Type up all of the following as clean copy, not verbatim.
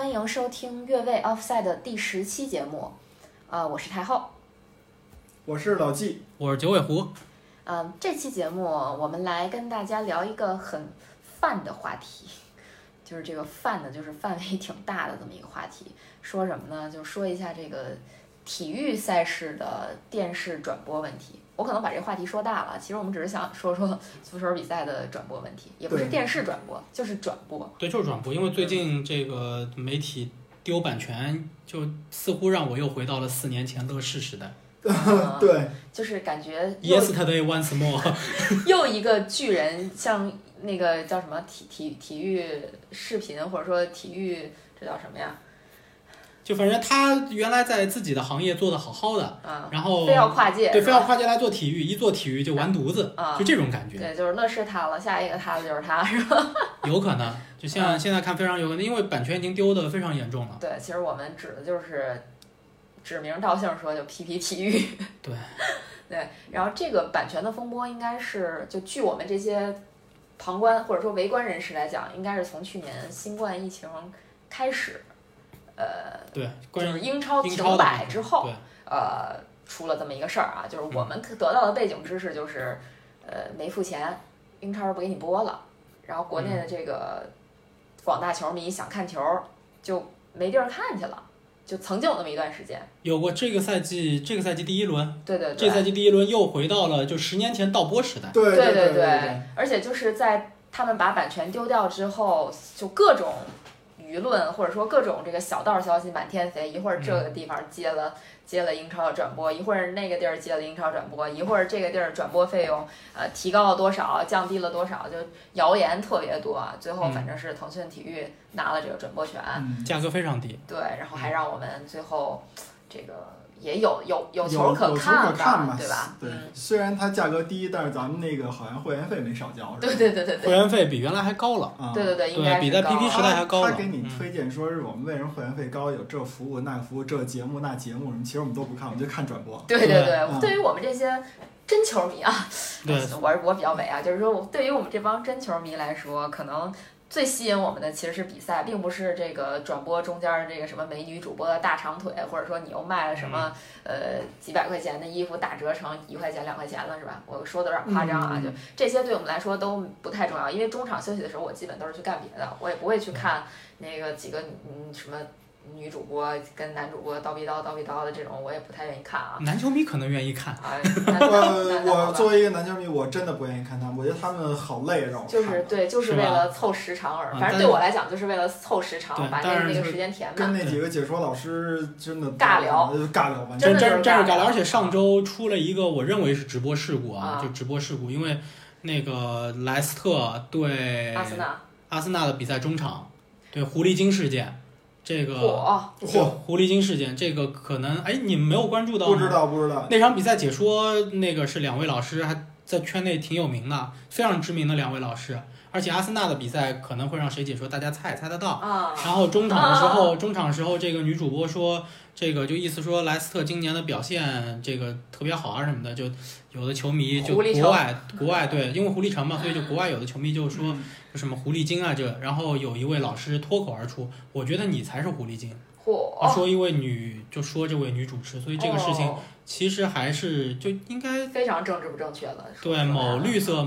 欢迎收听越位 Offside 的第10期节目。我是太后， 我是老纪， 我是九尾狐。 这期节目我们来跟大家聊一个很泛的话题，就是这个泛的，就是范围挺大的这么一个话题。说什么呢？就说一下这个体育赛事的电视转播问题。我可能把这个话题说大了，其实我们只是想说说足球比赛的转播问题，也不是电视转播，就是转播。 对，就是转播，因为最近这个媒体丢版权，就似乎让我又回到了4年前乐视时代。 对， 就是感觉 Yesterday once more 又一个巨人，像那个叫什么体育视频，或者说体育，这叫什么呀？ 就反正他原来在自己的行业做得好好的，然后非要跨界， 对，非要跨界来做体育，一做体育就完犊子，就这种感觉。 对，就是乐视塌了，下一个塌的就是他，是吧？ 有可能，就像现在看非常有可能，因为版权已经丢得非常严重了。 对，其实我们指的就是指名道姓说就批体育。 对， 对，然后这个版权的风波应该是，就据我们这些旁观或者说围观人士来讲，应该是从去年新冠疫情开始。 对， 就是英超停摆之后，出了这么一个事儿啊，就是我们得到的背景知识就是，没付钱，英超不给你播了，然后国内的这个广大球迷想看球就没地儿看去了，就曾经有那么一段时间， 有过这个赛季第一轮， 对， 这个赛季第一轮又回到了就10年前倒播时代， 对，而且就是在他们把版权丢掉之后，就各种舆论或者说各种这个小道消息满天飞，一会儿这个地方接了英超的转播，一会儿那个地儿接了英超转播，一会儿这个地儿转播费用提高了多少，降低了多少，就谣言特别多。最后反正是腾讯体育拿了这个转播权， 价格非常低。 对，然后还让我们最后这个也有球可看嘛，对吧？ 对，虽然它价格低，但是咱们那个好像会员费没少交，是吧？ 对， 会员费比原来还高了。 对，应该比在 PP 时代还高了。 他给你推荐说是我们为什么会员费高，有这服务那服务，这节目那节目什么，其实我们都不看，我们就看转播。 对，对于我们这些真球迷啊，我比较伪啊，就是说对于我们这帮真球迷来说，可能最吸引我们的其实是比赛，并不是这个转播中间这个什么美女主播的大长腿，或者说你又卖了什么几百块钱的衣服打折成1块钱2块钱了，是吧？我说的有点夸张啊，就这些对我们来说都不太重要，因为中场休息的时候我基本都是去干别的，我也不会去看那个几个什么女主播跟男主播叨逼叨的这种，我也不太愿意看啊。 男球迷可能愿意看我作为一个男球迷，我真的不愿意看他们，我觉得他们好累，让我看。 就是对，就是为了凑时长而，反正对我来讲就是为了凑时长，把那个时间填满。 跟那几个解说老师真的尬聊， 完全真是尬聊。而且上周出了一个我认为是直播事故就直播事故，因为那个莱斯特对阿森纳的比赛中场，对狐狸精事件。这个狐狸精事件，这个可能你们没有关注到吗？ 不知道。 那场比赛解说那个是2位老师，还在圈内挺有名的，非常知名的2位老师。而且阿森纳的比赛可能会让谁解说，大家猜得到。然后中场的时候，这个女主播说，这个就意思说莱斯特今年的表现这个特别好啊什么的，就有的球迷就国外对，因为狐狸城嘛，所以就国外有的球迷就说什么狐狸精啊这，然后有一位老师脱口而出，我觉得你才是狐狸精。说一位这位女主持，所以这个事情其实还是就应该非常政治不正确了。 对，某绿色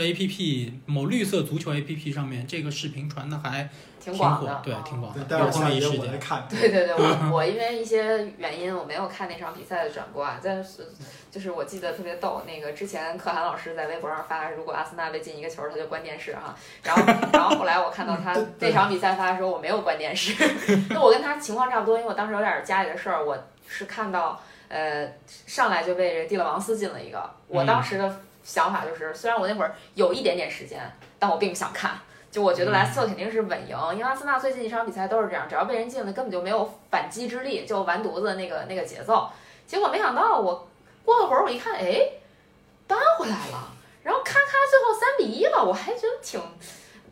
APP 某绿色足球 APP 上面这个视频传的还挺广的， 对，挺广的。 有这么一事件。 对，我因为一些原因我没有看那场比赛的转播啊，但是就是我记得特别逗，那个之前可汗老师在微博上发，如果阿森纳被进一个球他就关电视哈，然后后来我看到他那场比赛发的时候我没有关电视，那我跟他情况差不多，因为我当时有点家里的事儿，我是看到上来就被蒂勒芒斯进了一个，我当时的想法就是虽然我那会儿有一点点时间，但我并不想看。就我觉得莱斯特肯定是稳赢，因为阿森纳最近一场比赛都是这样，只要被人进了，根本就没有反击之力，就完犊子那个节奏。结果没想到我过了会儿，我一看，扳回来了，然后咔最后3-1了，我还觉得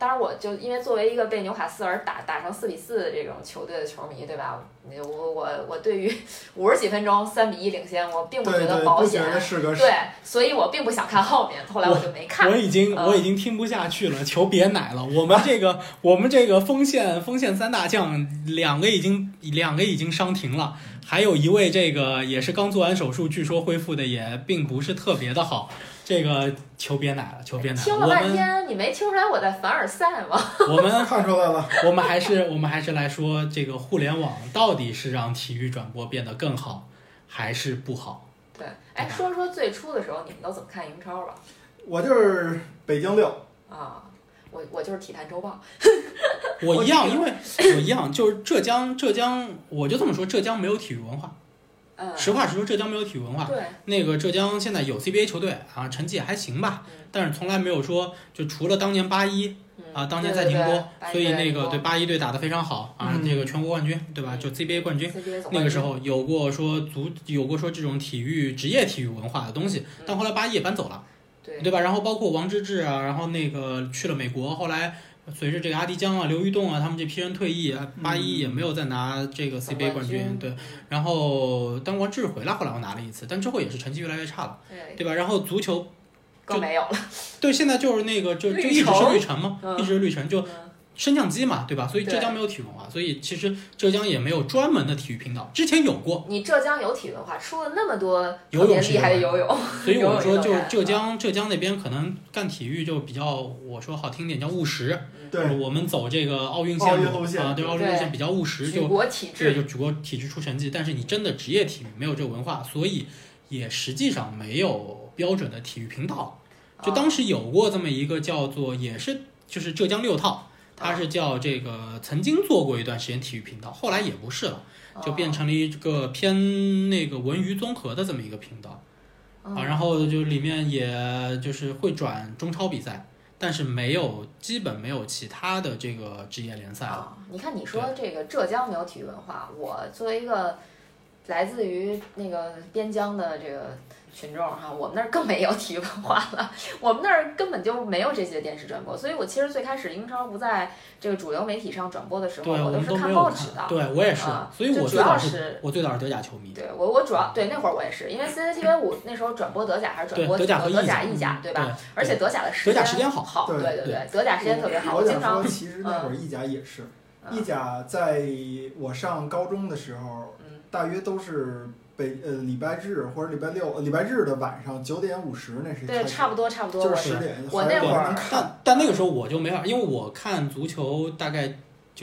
当然我就因为作为一个被纽卡斯尔打成4-4的这种球队的球迷，对吧？我对于50几分钟3-1领先，我并不觉得保险，对，所以我并不想看后面，后来我就没看。 我已经听不下去了，求别奶了。我们这个锋线3大将两个已经伤停了，还有一位这个也是刚做完手术，据说恢复的也并不是特别的好。这个求别奶了，求别奶了！ 听了半天，你没听出来我在凡尔赛吗？ 我们看出来了。 我们还是来说这个互联网到底是让体育转播变得更好，还是不好？ 对，哎，说说最初的时候你们都怎么看英超吧？ 我就是北京6 啊，我就是体坛周报。 我一样，因为我一样，就是浙江，我就这么说，浙江没有体育文化。实话实说，浙江没有体育文化。 对， 那个浙江现在有 CBA 球队啊，成绩也还行吧，但是从来没有说，就除了当年81啊，当年在宁波，所以那个对81队打得非常好啊，那个全国冠军，对吧？就 CBA 冠军，那个时候有过说这种职业体育文化的东西，但后来81也搬走了，对吧？然后包括王治郅啊，然后那个去了美国，后来。随着这个阿迪江啊、刘玉栋啊，他们这批人退役，81也没有再拿这个 CBA 冠军，对。然后当王治郅回来，后来我拿了一次，但之后也是成绩越来越差了，对吧？然后足球更没有了。 对，现在就是那个就一直是绿城嘛，一直是绿城就。升降机嘛，对吧？所以浙江没有体育文化，所以其实浙江也没有专门的体育频道。之前有过， 你浙江有体育文化，出了那么多特别厉害的游泳， 所以我说就浙江那边可能干体育就比较，我说好听点叫务实。 对， 我们走这个奥运线路啊，对奥运路线比较务实， 举国体制， 对，就举国体制出成绩。但是你真的职业体育没有这个文化，所以也实际上没有标准的体育频道。就当时有过这么一个叫做，也是就是浙江6套。它是叫这个曾经做过一段时间体育频道，后来也不是了，就变成了一个偏那个文娱综合的这么一个频道啊。然后就里面也就是会转中超比赛，但是基本没有其他的这个职业联赛了。 你看你说这个浙江没有体育文化，我作为一个来自于那个边疆的这个群众哈，我们那儿更没有体育文化了，我们那儿根本就没有这些电视转播，所以我其实最开始英超不在这个主流媒体上转播的时候，我都是看报纸的。 对，我也是，所以我最早是德甲球迷。 对，我主要对那会儿我也是，因为 CCTV5那时候转播德甲还是转播德甲和意甲，对吧？而且德甲的时间好，对，德甲时间特别好。 我想说，其实那会儿意甲也是，意甲在我上高中的时候，大约都是。礼拜日或者礼拜6、礼拜日的晚上9点50那是对，差不多， 就是10点。 我那会儿但那个时候我就没法，因为我看足球大概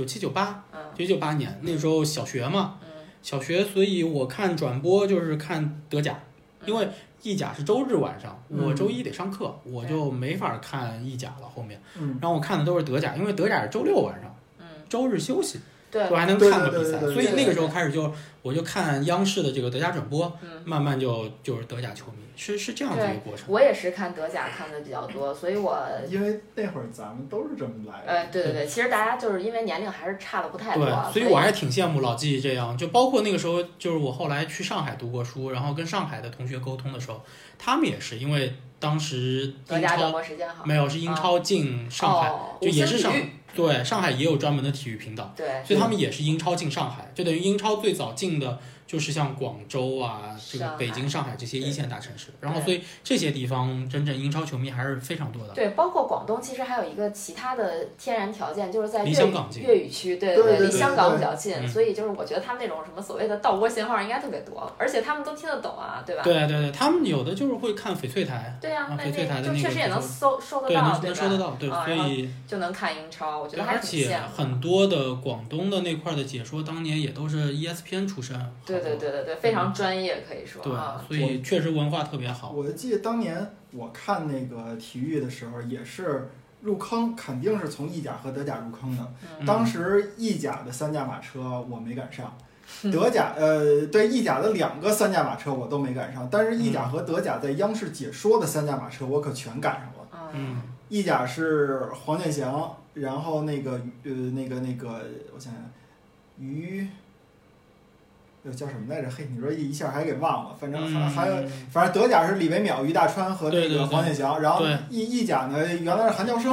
97、98年那时候小学嘛，小学，所以我看转播就是看德甲，因为意甲是周日晚上，我周一得上课，我就没法看意甲了后面。然后我看的都是德甲，因为德甲是周6晚上，周日休息。 对， 我还能看个比赛，所以那个时候开始我就看央视的这个德甲转播，慢慢就是德甲球迷，是这样的一个过程。 我也是看德甲看的比较多，所以因为那会儿咱们都是这么来的。 对，其实大家就是因为年龄还是差的不太多， 对，所以我还挺羡慕老季这样，就包括那个时候，就是我后来去上海读过书，然后跟上海的同学沟通的时候，他们也是因为当时德甲转播时间好， 没有是英超进上海，就也是对，上海也有专门的体育频道， 对， 所以他们也是英超进上海，就等于英超最早进的就是像广州啊，这个北京、上海这些一线大城市，然后所以这些地方真正英超球迷还是非常多的。 对，包括广东，其实还有一个其他的天然条件，就是在离香港近， 粤语区，对，离香港比较近，所以就是我觉得他们那种什么所谓的盗播信号应该特别多，而且他们都听得懂啊，对吧？ 对，他们有的就是会看翡翠台， 对呀， 翡翠台的那个就确实也能收得到， 对，能收得到，对，所以就能看英超，我觉得还挺羡慕。而且很多的广东的那块的解说，当年也都是 ESPN 出身， 对，非常专业，可以说。 对，所以确实文化特别好。 我记得当年我看那个体育的时候，也是入坑，肯定是从意甲和德甲入坑的。当时意甲的3驾马车我没赶上，德甲对意甲的2个3驾马车我都没赶上，但是意甲和德甲在央视解说的3驾马车我可全赶上了。意甲是黄健翔，然后那个我想想，叫什么来着？嘿，你说一下还给忘了。反正还有，反正德甲是李维淼、于大川和那个黄健翔，然后意甲呢原来是韩乔生，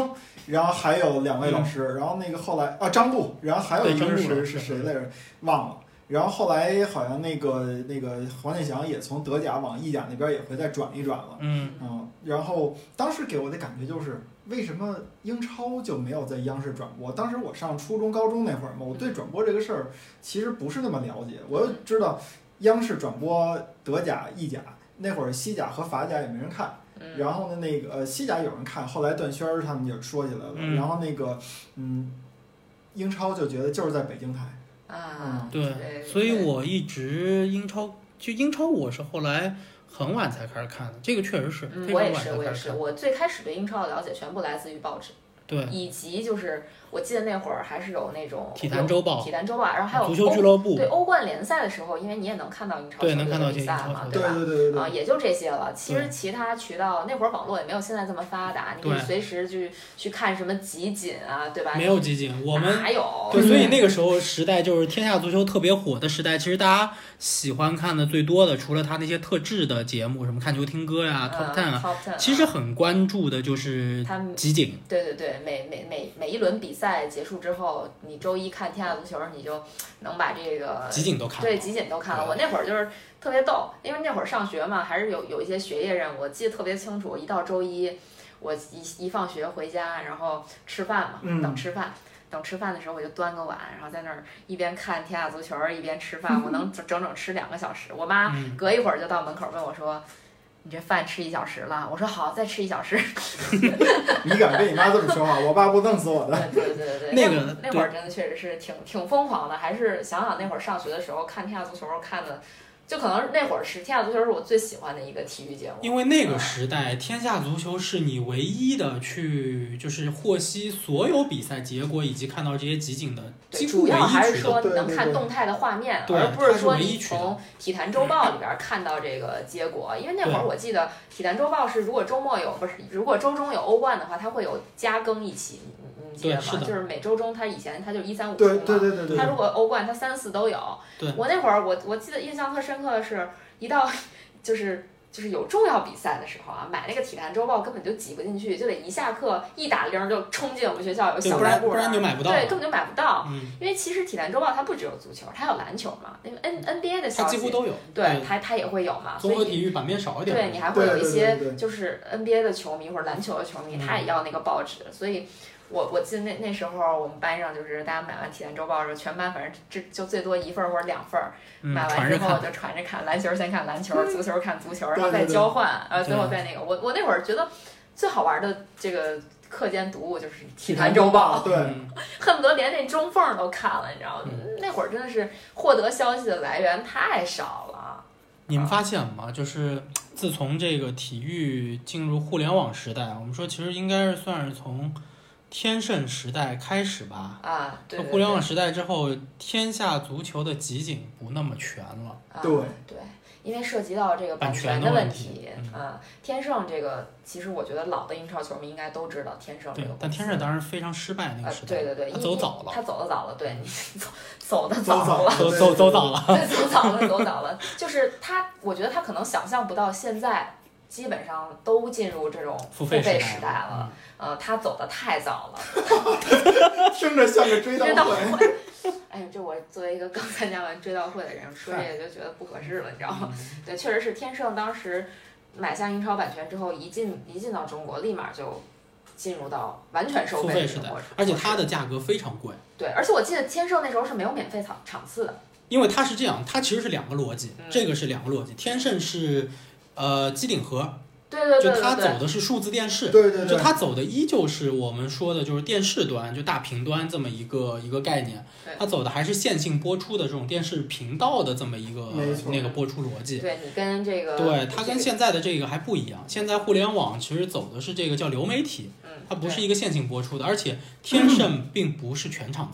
然后还有2位老师，然后那个后来张璐，然后还有一个是谁来着？忘了。然后后来好像那个黄健翔也从德甲往意甲那边也会再转一转了。然后当时给我的感觉就是，为什么英超就没有在央视转播？当时我上初中、高中那会儿嘛，我对转播这个事儿其实不是那么了解。我就知道央视转播德甲、意甲，那会儿西甲和法甲也没人看。然后呢，那个西甲有人看，后来段轩儿他们就说起来了。然后那个英超就觉得就是在北京台。 对，所以我一直英超我是后来很晚才开始看的，这个确实是非常晚才开始看。 我也是，我最开始对英超的了解全部来自于报纸。 对， 以及就是我记得那会儿还是有那种体坛周报， 然后还有足球俱乐部。 对，欧冠联赛的时候，因为你也能看到英超球队的比赛嘛，对吧？ 对也就这些了。其实其他渠道那会儿网络也没有现在这么发达，你可以随时去看什么集锦啊，对吧？ 没有集锦，我们哪有？ 对，所以那个时候时代就是天下足球特别火的时代。其实大家喜欢看的最多的，除了他那些特制的节目，什么看球听歌呀、Top 10啊，其实很关注的就是集锦。 对，每一轮比赛结束之后，你周一看天下足球，你就能把这个集锦都看了。 对，集锦都看了。我那会儿就是特别逗，因为那会儿上学嘛，还是有一些学业任务，我记得特别清楚。一到周一，我一放学回家，然后吃饭嘛，等吃饭的时候，我就端个碗，然后在那儿一边看天下足球一边吃饭，我能整吃2个小时。我妈隔一会儿就到门口问我说：“你这饭吃1小时了？”我说好，再吃1小时。 你敢跟你妈这么说话？我爸不弄死我的。 对，那会儿真的确实是挺疯狂的。还是想想那会儿上学的时候看天下足球看的，就可能那会儿是天下足球是我最喜欢的一个体育节目。 因为那个时代，天下足球是你唯一的就是获悉所有比赛结果以及看到这些集锦的几乎唯一渠道。 主要还是说你能看动态的画面，而不是说你从体坛周报里边看到这个结果。因为那会儿我记得体坛周报是如果周中有欧冠的话，它会有加更一期。你记得吗？就是每周中，以前就1、3、5出嘛。 对。 它如果欧冠，它3、4都有。 对。 我那会儿我记得印象特深刻的是，一到就是有重要比赛的时候啊，买那个体坛周报根本就挤不进去，就得一下课一打铃就冲进我们学校有小卖部， 不然就买不到。 对，根本就买不到。因为其实体坛周报它不只有足球，它有篮球嘛，那个 NBA 的消息它几乎都有。 对，它也会有嘛。 综合体育版面少一点。 对，你还会有一些就是 NBA 的球迷或者篮球的球迷，他也要那个报纸，所以。我记得那时候我们班上就是大家买完体坛周报的时候，全班反正就最多1份或者2份，买完之后就传着看，篮球先看篮球，足球看足球，然后再交换，最后再那个。我那会儿觉得最好玩的这个课间读物就是体坛周报， 对， 恨不得连那中缝都看了，你知道吗？那会儿真的是获得消息的来源太少了。 你们发现吗？就是自从这个体育进入互联网时代，我们说其实应该是算是从天盛时代开始吧。 对。 互联网时代之后，天下足球的集锦不那么全了。 对， 因为涉及到这个版权的问题。天盛这个，其实我觉得老的英超球迷应该都知道天盛这个。 但天盛当然非常失败那个时代。 对， 他走早了。 他走得早了，对，走得早了。 走早了。 对，走早了。就是他，我觉得他可能想象不到现在。基本上都进入这种付费时代了，他走得太早了， 听着像个追悼会。 哎呀，这我作为一个刚参加完追悼会的人，说这个就觉得不合适了，你知道吗？对，确实是天盛当时买下英超版权之后，一进到中国，立马就进入到完全收费时代，而且它的价格非常贵。 对，而且我记得天盛那时候是没有免费场次的， 因为它是这样，它其实是2个逻辑，这个是2个逻辑，天盛是。机顶盒， 对， 就它走的是数字电视， 对， 就它走的依旧是我们说的就是电视端，就大屏端这么一个概念，它走的还是线性播出的这种电视频道的这么一个那个播出逻辑。 对，你跟这个， 对，它跟现在的这个还不一样。现在互联网其实走的是这个叫流媒体，它不是一个线性播出的，而且天盛并不是全场次。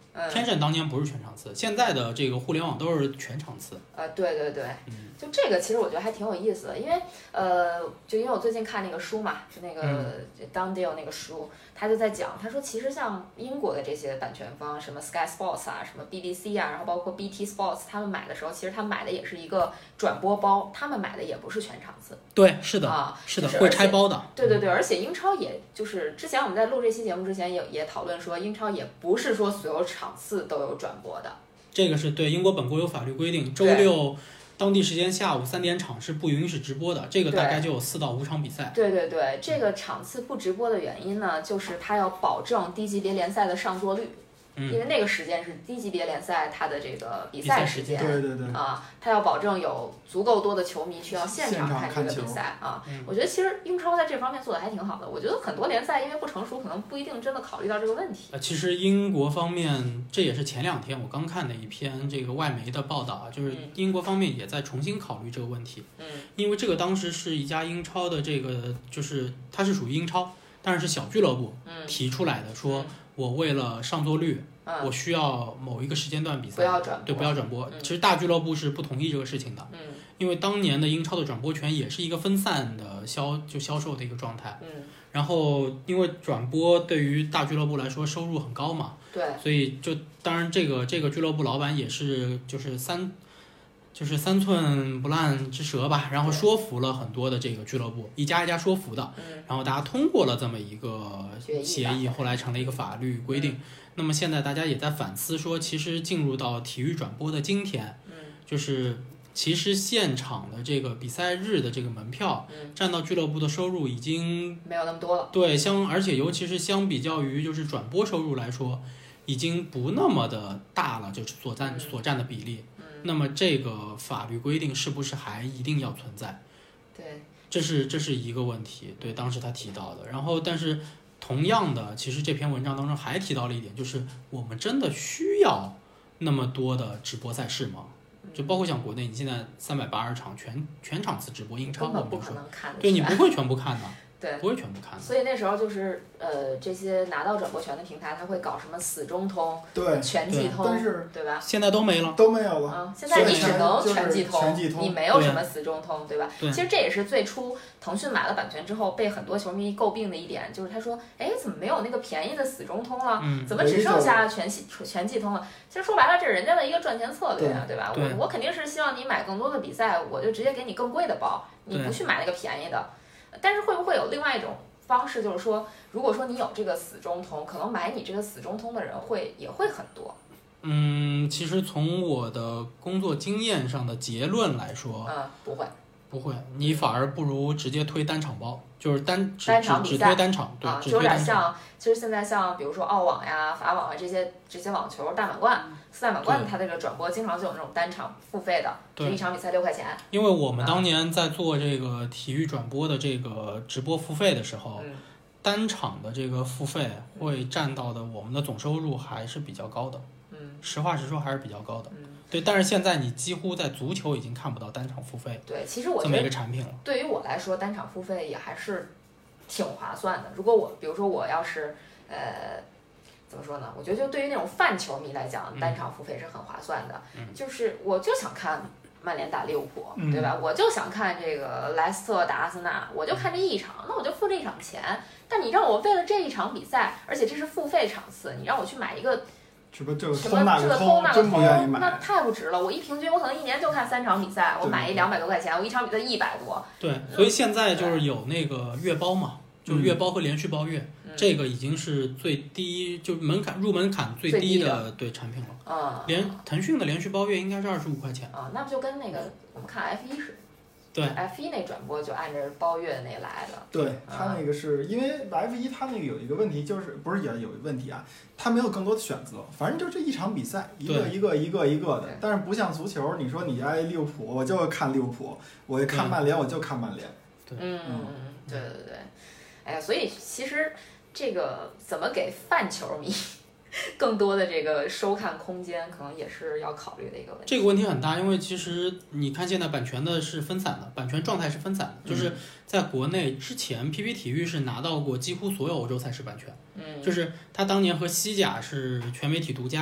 天盛当年不是全场次，现在的这个互联网都是全场次。 对对对，就这个其实我觉得还挺有意思的，因为就因为我最近看那个书嘛，就那个 Don Dale 那个书，他就在讲，他说其实像英国的这些版权方，什么 Sky Sports 啊，什么 BBC 啊，然后包括 BT Sports， 他们买的时候，其实他们买的也是一个转播包，他们买的也不是全场次。 对，是的，是的，会拆包的。 对对对，而且英超也就是之前我们在录这期节目之前也讨论说，英超也不是说所有场次都有转播的。 这个是对英国本国有法律规定，周六当地时间下午3点场是不允许直播的，这个大概就有4到5场比赛。 对对对，这个场次不直播的原因呢，就是它要保证低级别联赛的上座率。因为那个时间是低级别联赛它的这个比赛时间， 对对对啊，它要保证有足够多的球迷去到现场看这个比赛啊。我觉得其实英超在这方面做的还挺好的。我觉得很多联赛因为不成熟，可能不一定真的考虑到这个问题。 其实英国方面，这也是前2天我刚看的一篇这个外媒的报道啊，就是英国方面也在重新考虑这个问题。因为这个当时是一家英超的这个，就是它是属于英超，但是小俱乐部提出来的，说我为了上座率。我需要某一个时间段比赛不要转播。其实大俱乐部是不同意这个事情的，因为当年的英超的转播权也是一个分散的销售的一个状态。然后因为转播对于大俱乐部来说收入很高嘛， 对， 所以就当然这个俱乐部老板也是就是三寸不烂之舌吧，然后说服了很多的这个俱乐部，一家一家说服的，然后大家通过了这么一个协议，后来成了一个法律规定。那么现在大家也在反思说，其实进入到体育转播的今天，就是其实现场的这个比赛日的这个门票，占到俱乐部的收入已经没有那么多了。 对，而且尤其是相比较于就是转播收入来说，已经不那么的大了，就是所占的比例。那么这个法律规定是不是还一定要存在？ 对， 这是一个问题。对，当时他提到的。然后，但是同样的，其实这篇文章当中还提到了一点，就是我们真的需要那么多的直播赛事吗？就包括像国内，你现在380场全场次直播英超， 根本不可能看的。 对，你不会全部看的。 对， 不会全部看的。 所以那时候就是这些拿到转播权的平台，它会搞什么死中通、 对全季通， 但是对吧？ 现在都没了， 都没有了。 现在你只能全季通， 你没有什么死中通，对吧？其实这也是最初腾讯买了版权之后被很多球迷诟病的一点，就是他说，哎，怎么没有那个便宜的死中通了？怎么只剩下全季通了？其实说白了，这是人家的一个赚钱策略啊，对吧？我肯定是希望你买更多的比赛，我就直接给你更贵的包，你不去买那个便宜的。但是会不会有另外一种方式，就是说，如果说你有这个死中通，可能买你这个死中通的人也会很多。 其实从我的工作经验上的结论来说，不会，你反而不如直接推单场包，就是单场比赛，只推单场，对， 就有点像，其实现在像比如说澳网呀、法网啊这些网球大满贯、4大满贯，它这个转播经常就有那种单场付费的，就一场比赛6块钱。 因为我们当年在做这个体育转播的这个直播付费的时候，单场的这个付费会占到的我们的总收入还是比较高的。实话实说还是比较高的。对，但是现在你几乎在足球已经看不到单场付费， 对，其实我觉得这么一个产品了。 对于我来说，单场付费也还是挺划算的。如果比如说我要是怎么说呢？我觉得就对于那种泛球迷来讲，单场付费是很划算的。就是我就想看曼联打利物浦，对吧？我就想看这个莱斯特打阿森纳，我就看这一场，那我就付这一场钱。但你让我为了这一场比赛，而且这是付费场次，你让我去买一个。 什么这个通那个通， 那太不值了。我一平均，我可能一年就看3场比赛，我买200多块钱，我一场比赛100多。 对，所以现在就是有那个月包嘛，就是月包和连续包月，这个已经是最低，就入门槛最低的对产品了。腾讯的连续包月应该是25块钱啊，那不就跟那个我们看 F1似的。 对 F1 那转播就按着包月的那来的。 对，它那个是因为 F1 它那个有一个问题，就是不是也有一个问题啊？它没有更多的选择，反正就这一场比赛，一个的。但是不像足球，你说你爱利物浦，我就看利物浦；我看曼联，我就看曼联。 对，对。哎呀，所以其实这个怎么给泛球迷更多的这个收看空间，可能也是要考虑的一个问题。 这个问题很大，因为其实你看现在版权的是分散的，版权状态是分散的，就是在国内之前 PP 体育是拿到过几乎所有欧洲赛事版权，就是他当年和西甲是全媒体独家，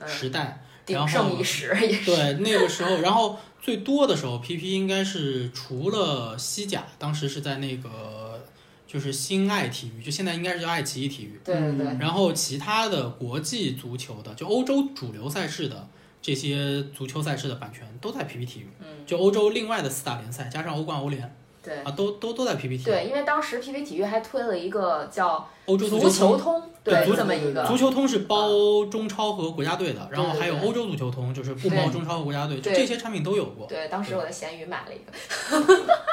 时代， 鼎盛一时也是。 对，那个时候，然后最多的时候 PP 应该是除了西甲，当时是在那个就是新爱体育，就现在应该是叫爱奇艺体育。 对对对。 然后其他的国际足球的，就欧洲主流赛事的这些足球赛事的版权都在 PP 体育。就欧洲另外的4大联赛加上欧冠、欧联。 对啊，都在 PP 体育。 对，因为当时 PP 体育还推了一个叫欧洲足球通，对，这么一个足球通是包中超和国家队的，然后还有欧洲足球通，就是不包中超和国家队，就这些产品都有过。 对，当时我在闲鱼买了一个。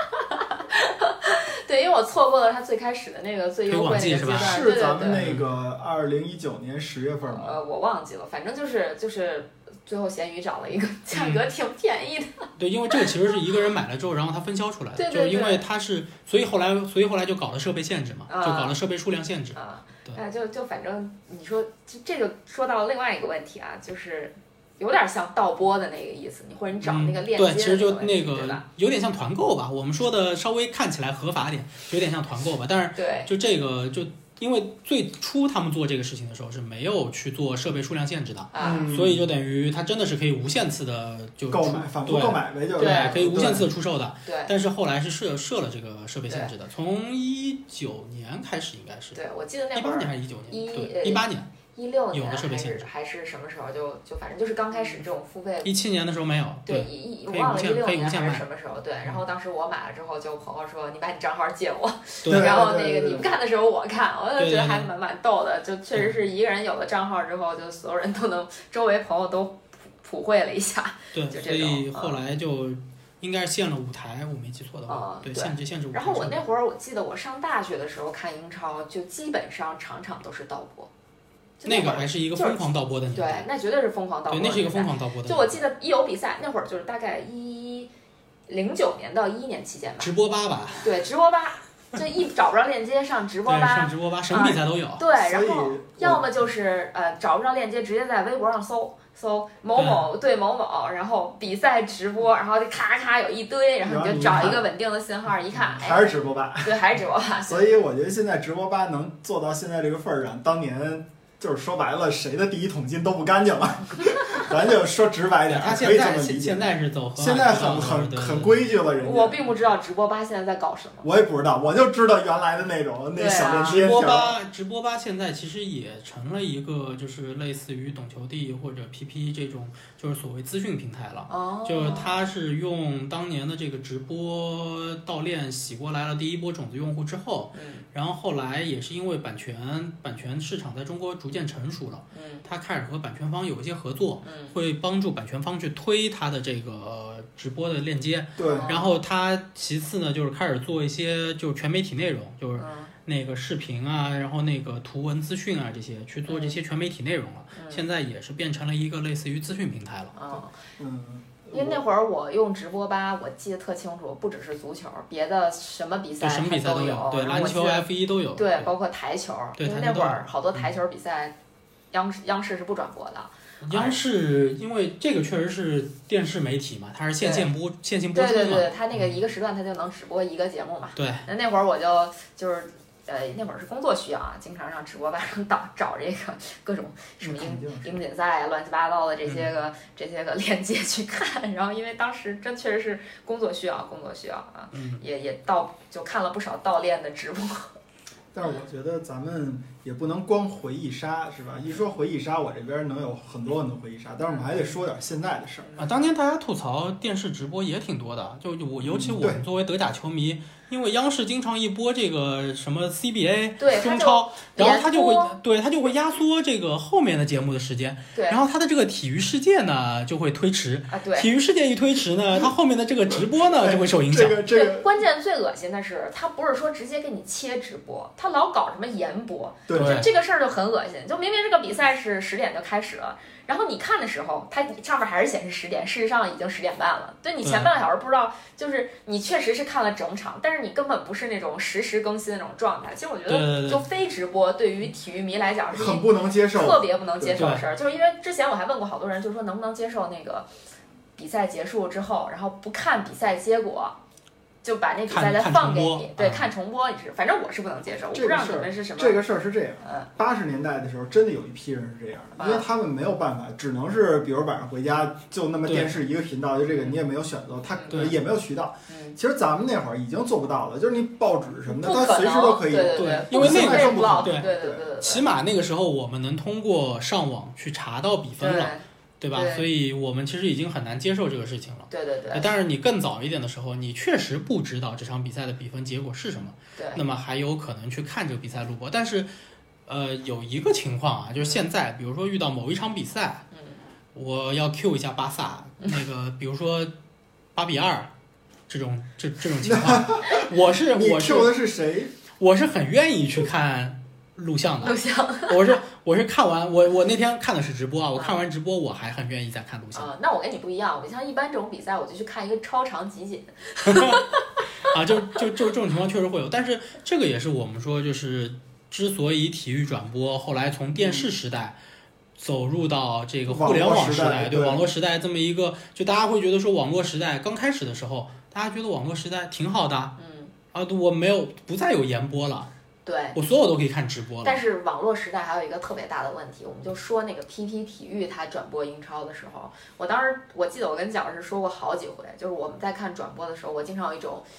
对，因为我错过了它最开始的那个最优惠那个阶段。 是咱们那个2019年10月份吗？ 我忘记了，反正就是最后闲鱼找了一个价格挺便宜的。 对，因为这个其实是一个人买了之后，然后他分销出来的。 对， 就是因为它是，所以后来就搞了设备限制嘛，就搞了设备数量限制。 对，就反正你说这就说到另外一个问题啊，就是有点像盗播的那个意思，或者你找那个链接的那个问题。 对，其实就那个有点像团购吧，我们说的稍微看起来合法点，有点像团购吧。但是就这个就。因为最初他们做这个事情的时候是没有去做设备数量限制的，所以就等于它真的是可以无限次的就购买，反复购买呗， 对，可以无限次的出售的。 对， 但是后来是设了这个设备限制的，从19年开始应该是。 对，我记得那会儿 18年还是19年？对，18年。 16年有的设备限制还是什么时候就反正就是刚开始这种付费。 17年的时候没有。 对，我忘了16年还是什么时候。对，然后当时我买了之后，就朋友说你把你账号借我，然后那个你们看的时候我看，我就觉得还蛮逗的。就确实是一个人有了账号之后，就所有人都能，周围朋友都普惠了一下。 对，所以后来就应该是限了5台，我没记错的话。对，限制5台。 然后我那会儿我记得我上大学的时候看英超，就基本上场场都是盗播。 那个还是一个疯狂盗播的年代， 对，那绝对是疯狂盗播。 对，那是一个疯狂盗播的。 就我记得一有比赛那会儿，就是大概09年到11年期间吧。 直播吧。对， 直播吧，就一找不着链接上直播吧。 上直播吧，什么比赛都有。 对，然后要么就是找不着链接，直接在微博上搜某某对某某，然后比赛直播，然后就咔咔有一堆，然后你就找一个稳定的信号，一看， 还是直播吧。 对，还是直播吧。 所以我觉得现在直播吧能做到现在这个份儿上，当年。就是说白了，谁的第一桶金都不干净了，咱就说直白点， 他可以这么理解。 现在是走合法， 现在很规矩了，人家。 我并不知道直播吧现在在搞什么。 我也不知道，我就知道原来的那种那小链接。 直播吧现在其实也成了一个就是类似于懂球帝或者 PP 这种就是所谓资讯平台了。就是它是用当年的这个直播盗链洗过来了第一波种子用户之后，然后后来也是因为版权市场在中国逐渐成熟了，他开始和版权方有一些合作，会帮助版权方去推他的这个直播的链接。 对， 然后他其次呢就是开始做一些就是全媒体内容，就是那个视频啊，然后那个图文资讯啊这些去做这些全媒体内容了。现在也是变成了一个类似于资讯平台了。 因为那会儿我用直播吧，我记得特清楚，不只是足球，别的什么比赛什么比赛都有，对，篮球、F1都有， 对，包括台球。因为那会儿好多台球比赛，央视是不转播的。 央视因为这个确实是电视媒体嘛，它是线性播出嘛。 对，它那个一个时段它就能只播一个节目嘛。 对。 那会儿我就是那会儿是工作需要啊，经常上直播吧上找这个各种什么英锦赛啊，乱七八糟的这些个链接去看，然后因为当时真确实是工作需要啊，也就看了不少盗链的直播。 但是我觉得咱们也不能光回忆杀，是吧？一说回忆杀，我这边能有很多回忆杀，但是我们还得说点现在的事儿啊。当年大家吐槽电视直播也挺多的，尤其我们作为德甲球迷。因为央视经常一播这个什么 CBA 中超，然后他就会压缩这个后面的节目的时间，然后他的这个体育世界呢就会推迟，体育世界一推迟呢，他后面的这个直播呢就会受影响。 对，关键最恶心的是，他不是说直接给你切直播，他老搞什么延播， 对， 这个事儿就很恶心。就明明这个比赛是10点就开始了。然后你看的时候，它上面还是显示10点，事实上已经10点半了。对，你前半个小时不知道，就是你确实是看了整场，但是你根本不是那种实时更新的那种状态。其实我觉得，就非直播对于体育迷来讲是很不能接受， 特别不能接受的事儿。就是因为之前我还问过好多人，就是说能不能接受那个比赛结束之后，然后不看比赛结果， 就把那比赛再放给你，对， 看重播，反正我是不能接受，我不知道你们是什么。 这个事儿是这样，80年代的时候真的有一批人是这样的，因为他们没有办法，只能是比如晚上回家就那么电视一个频道，就这个你也没有选择，他也没有渠道。其实咱们那会儿已经做不到了，就是你报纸什么的，它随时都可以。 对， 因为那个时候不好， 对， 起码那个时候我们能通过上网去查到比分了。对吧？所以我们其实已经很难接受这个事情了。 对。 但是你更早一点的时候，你确实不知道这场比赛的比分结果是什么。 对。 那么还有可能去看这个比赛录播，但是，有一个情况啊，就是现在，比如说遇到某一场比赛，我要 Q 一下巴萨，那个比如说8-2这种情况， 你 Q 的是谁？ 我是很愿意去看。录像的，我是看完我那天看的是直播啊，我看完直播我还很愿意再看录像。 那我跟你不一样，我像一般这种比赛我就去看一个超长集锦。 啊，就这种情况确实会有，但是这个也是我们说就是之所以体育转播后来从电视时代走入到这个互联网时代，对网络时代这么一个，就大家会觉得说网络时代刚开始的时候，大家觉得网络时代挺好的，我不再有延播了。 对， 我所有都可以看直播了。 但是网络时代还有一个特别大的问题，我们就说那个 PP 体育它转播英超的时候，我记得我跟蒋老师说过好几回，就是我们在看转播的时候，我经常有一种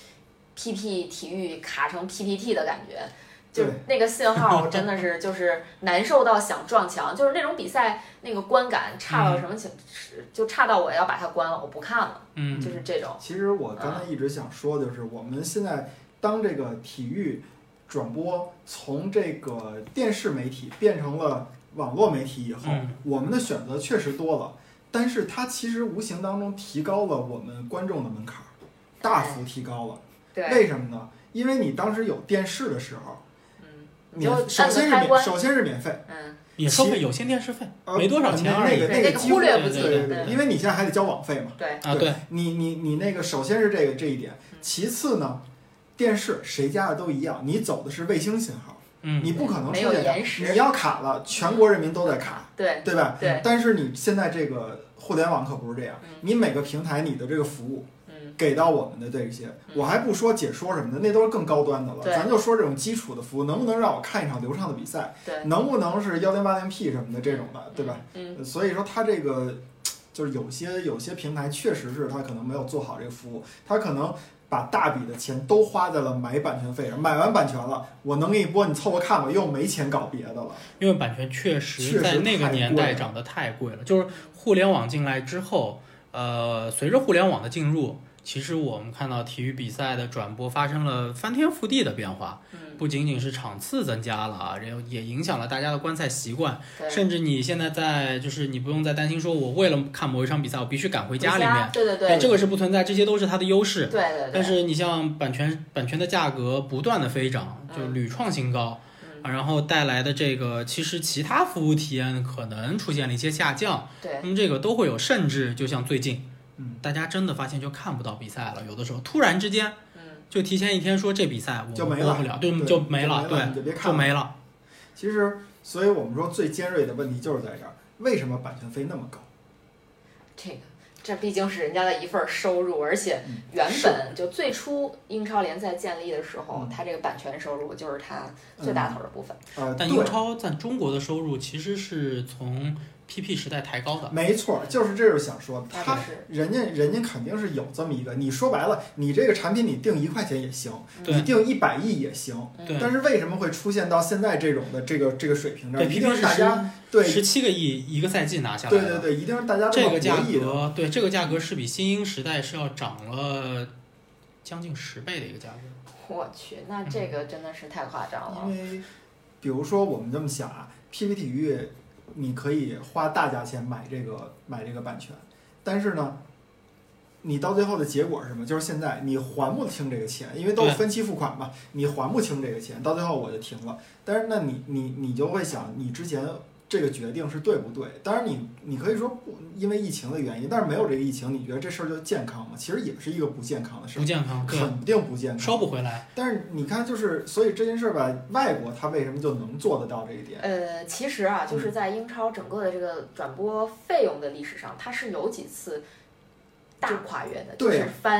PP 体育卡成 PPT 的感觉，就那个信号真的是就是难受到想撞墙，就是那种比赛那个观感差到什么就差到我要把它关了，我不看了，就是这种。 其实我刚才一直想说，就是我们现在当这个体育转播从这个电视媒体变成了网络媒体以后，我们的选择确实多了，但是它其实无形当中提高了我们观众的门槛，大幅提高了。 对， 为什么呢？因为你当时有电视的时候，首先是免费， 也收费有线电视费，没多少钱而已。 那个忽略不计， 对，因为你现在还得交网费嘛。 对啊，对， 你那个首先是这一点，其次呢。电视谁家的都一样，你走的是卫星信号，你不可能出现你要卡了，全国人民都在卡，对吧？ 对。 但是你现在这个互联网可不是这样，你每个平台你的这个服务，给到我们的这些，我还不说解说什么的，那都是更高端的了。咱就说这种基础的服务，能不能让我看一场流畅的比赛？能不能是1080P 什么的这种的，对吧？所以说它这个就是有些平台确实是它可能没有做好这个服务，它可能。把大笔的钱都花在了买版权费上，买完版权了，我能给你播，你凑合看吧，又没钱搞别的了。 因为版权确实在那个年代涨得太贵了，就是互联网进来之后，随着互联网的进入，其实我们看到体育比赛的转播发生了翻天覆地的变化。不仅仅是场次增加了啊，然后也影响了大家的观赛习惯，甚至你现在就是你不用再担心说我为了看某一场比赛我必须赶回家里面， 对， 这个是不存在，这些都是它的优势。 对。 但是你像版权的价格不断的飞涨，就屡创新高，然后带来的这个其实其他服务体验可能出现了一些下降，那么这个都会有，甚至就像最近，大家真的发现就看不到比赛了，有的时候突然之间。就提前一天说这比赛我们播不了，对，就没了，对， 你就别看就没了。 其实，所以我们说最尖锐的问题就是在这儿，为什么版权费那么高？ 这毕竟是人家的一份收入，而且原本就最初英超联赛建立的时候，它这个版权收入就是它最大头的部分。 但英超在中国的收入其实是从PP 时代抬高的， 没错，就是这是想说，人家肯定是有这么一个。你说白了，你这个产品你定1块钱也行，你定100亿也行，但是为什么会出现到现在这种的这个水平上？一定是大家对 17个亿一个赛季拿下来的， 对，一定是大家这个价格，对这个价格是比新英时代是要涨了将近10倍的一个价格。 我去，那这个真的是太夸张了。 因为比如说我们这么想啊 ，PP 体育。你可以花大价钱买这个版权，但是呢，你到最后的结果是什么？就是现在你还不清这个钱，因为都是分期付款嘛，你还不清这个钱，到最后我就停了。但是那你就会想，你之前这个决定是对不对？当然你可以说不，因为疫情的原因，但是没有这个疫情，你觉得这事儿就健康吗？其实也是一个不健康的事儿， 不健康， 肯定不健康， 收不回来。 但是你看，就是所以这件事儿吧，外国它为什么就能做得到这一点？ 其实啊，就是在英超整个的这个转播费用的历史上，它是有几次大跨越的，就是翻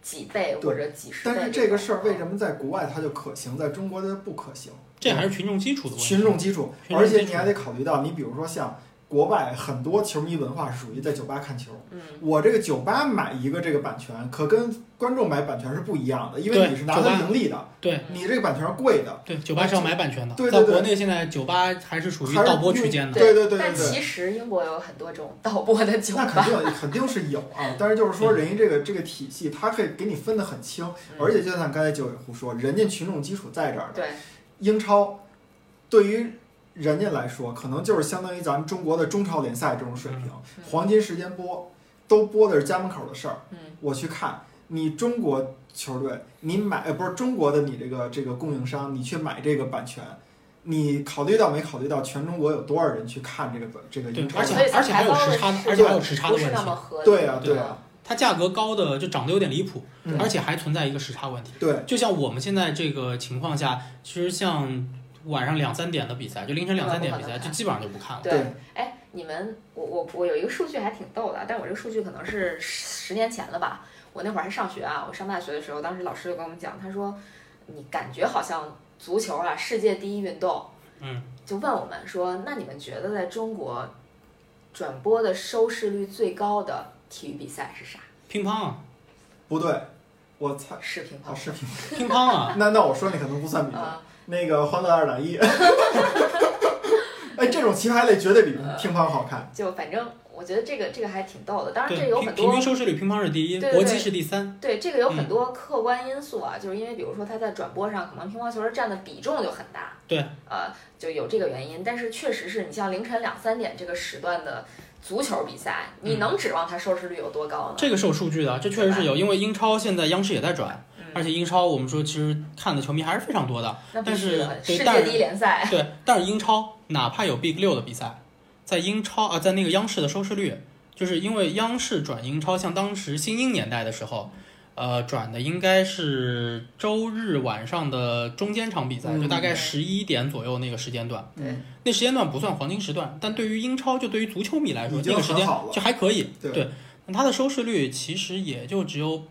几倍或者几十倍。 但是这个事儿为什么在国外它就可行，在中国它不可行？ 这还是群众基础的问题。 群众基础，而且你还得考虑到，你比如说像国外很多球迷文化是属于在酒吧看球，我这个酒吧买一个这个版权，可跟观众买版权是不一样的，因为你是拿它盈利的， 对， 你这个版权是贵的， 对，酒吧是要买版权的， 对， 在国内现在酒吧还是属于盗播区间的， 对。 但其实英国有很多这种盗播的酒吧， 那肯定是有啊，但是就是说人家这个体系，它可以给你分得很清，而且就像刚才九尾狐说，人家群众基础在这儿的， 对， 英超对于人家来说，可能就是相当于咱们中国的中超联赛这种水平，黄金时间都播的是家门口的事儿。我去看你中国球队，你买不是中国的你这个供应商，你去买这个版权，你考虑到没考虑到全中国有多少人去看这个英超？ 而且还有时差，而且还有时差的问题。 对啊， 它价格高的就涨得有点离谱，而且还存在一个时差问题。 对， 就像我们现在这个情况下，其实像晚上2、3点的比赛，就凌晨2、3点比赛，就基本上就不看了。 对，哎，你们我有一个数据还挺逗的，但我这个数据可能是10年前了吧。我那会儿还上学啊，我上大学的时候，当时老师就跟我们讲，他说你感觉好像足球啊，世界第一运动，就问我们说，那你们觉得在中国转播的收视率最高的体育比赛是啥？ 乒乓啊？ 不对，我猜是乒乓， 是乒乓啊。 那我说你可能不算比赛，那个欢乐2打1。哎，这种棋牌类绝对比乒乓好看。 就反正我觉得这个还挺逗的，当然这有很多平均收视率，乒乓是第一，国际是第3。 对，这个有很多客观因素啊，就是因为比如说它在转播上，可能乒乓球占的比重就很大。 对， 就有这个原因，但是确实是你像凌晨2、3点这个时段的足球比赛，你能指望它收视率有多高呢？ 这个是有数据的，这确实是有，因为英超现在央视也在转。而且英超我们说其实看的球迷还是非常多的，但是世界第一联赛， 对，但是英超哪怕有 Big 6的比赛，在英超在那个央视的收视率，就是因为央视转英超，像当时新英年代的时候，转的应该是周日晚上的中间场比赛，就大概11点左右那个时间段，那时间段不算黄金时段，但对于英超就对于足球迷来说，那个时间就还可以，对，它的收视率其实也就只有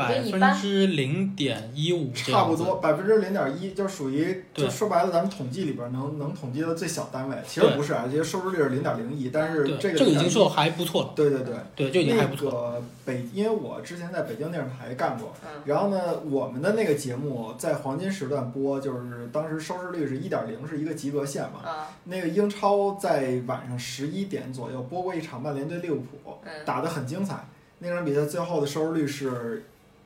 0.15%， 差不多0.1%，就属于就说白了，咱们统计里边能统计的最小单位。其实不是啊，这些收视率是0.01%，但是这个已经说还不错了。 对， 就已经还不错了。 因为我之前在北京电视台干过，然后呢，我们的那个节目在黄金时段播，就是当时收视率是1.0，是一个及格线嘛。那个英超在晚上11点左右播过一场曼联对利物浦，打得很精彩。那场比赛最后的收视率是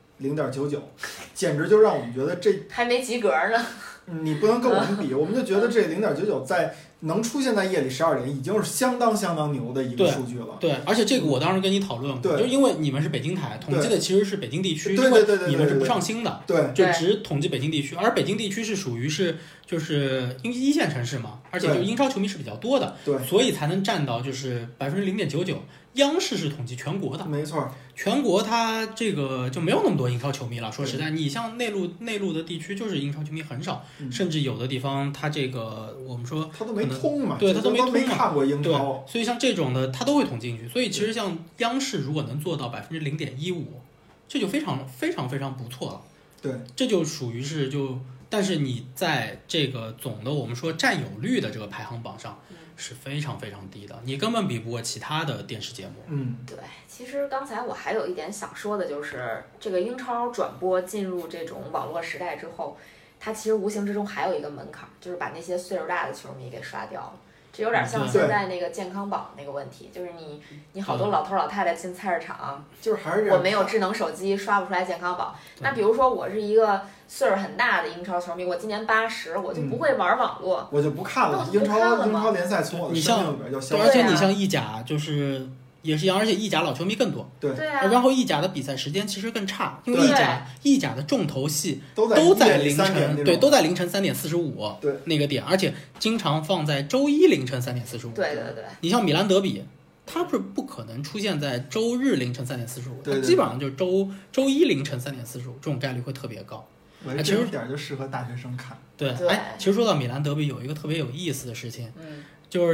0.99，简直就让我们觉得这还没及格呢。 你不能跟我们比，我们就觉得这0.99在能出现在夜里12点，已经是相当牛的一个数据了。 对，而且这个我当时跟你讨论过，就因为你们是北京台，统计的其实是北京地区， 对， 你们是不上星的， 对， 就只统计北京地区，而北京地区是属于就是因为一线城市嘛，而且就英超球迷是比较多的， 对， 所以才能占到就是0.99%。央视是统计全国的， 没错， 全国它这个就没有那么多英超球迷了。说实在，你像内陆的地区，就是英超球迷很少，甚至有的地方它这个我们说它都没通嘛， 对，它都没看过英超， 所以像这种的它都会统计进去。所以其实像央视如果能做到0.15%，这就非常非常非常不错了。 对， 这就属于是但是你在这个总的我们说占有率的这个排行榜上。是非常非常低的，你根本比不过其他的电视节目。 对，其实刚才我还有一点想说的，就是这个英超转播进入这种网络时代之后，它其实无形之中还有一个门槛，就是把那些岁数大的球迷给刷掉了。这有点像现在那个健康宝那个问题，就是你好多老头老太太进菜市场， 就是还是这样， 我没有智能手机刷不出来健康宝。那比如说我是一个岁数很大的英超球迷，我今年80，我就不会玩网络， 我就不看了。英超联赛从我的生命里边就消失了。 而且你像意甲就是也是一样，而且意甲老球迷更多。 对啊。 然后意甲的比赛时间其实更差，因为意甲的重头戏都在凌晨，对，都在凌晨3点45那个点，而且经常放在周一凌晨3点45。 对。 你像米兰德比，它不可能出现在周日凌晨3点45，它基本上就是周一凌晨3点45，这种概率会特别高。 这种点就适合大学生看。 对，其实说到米兰德比，有一个特别有意思的事情，就是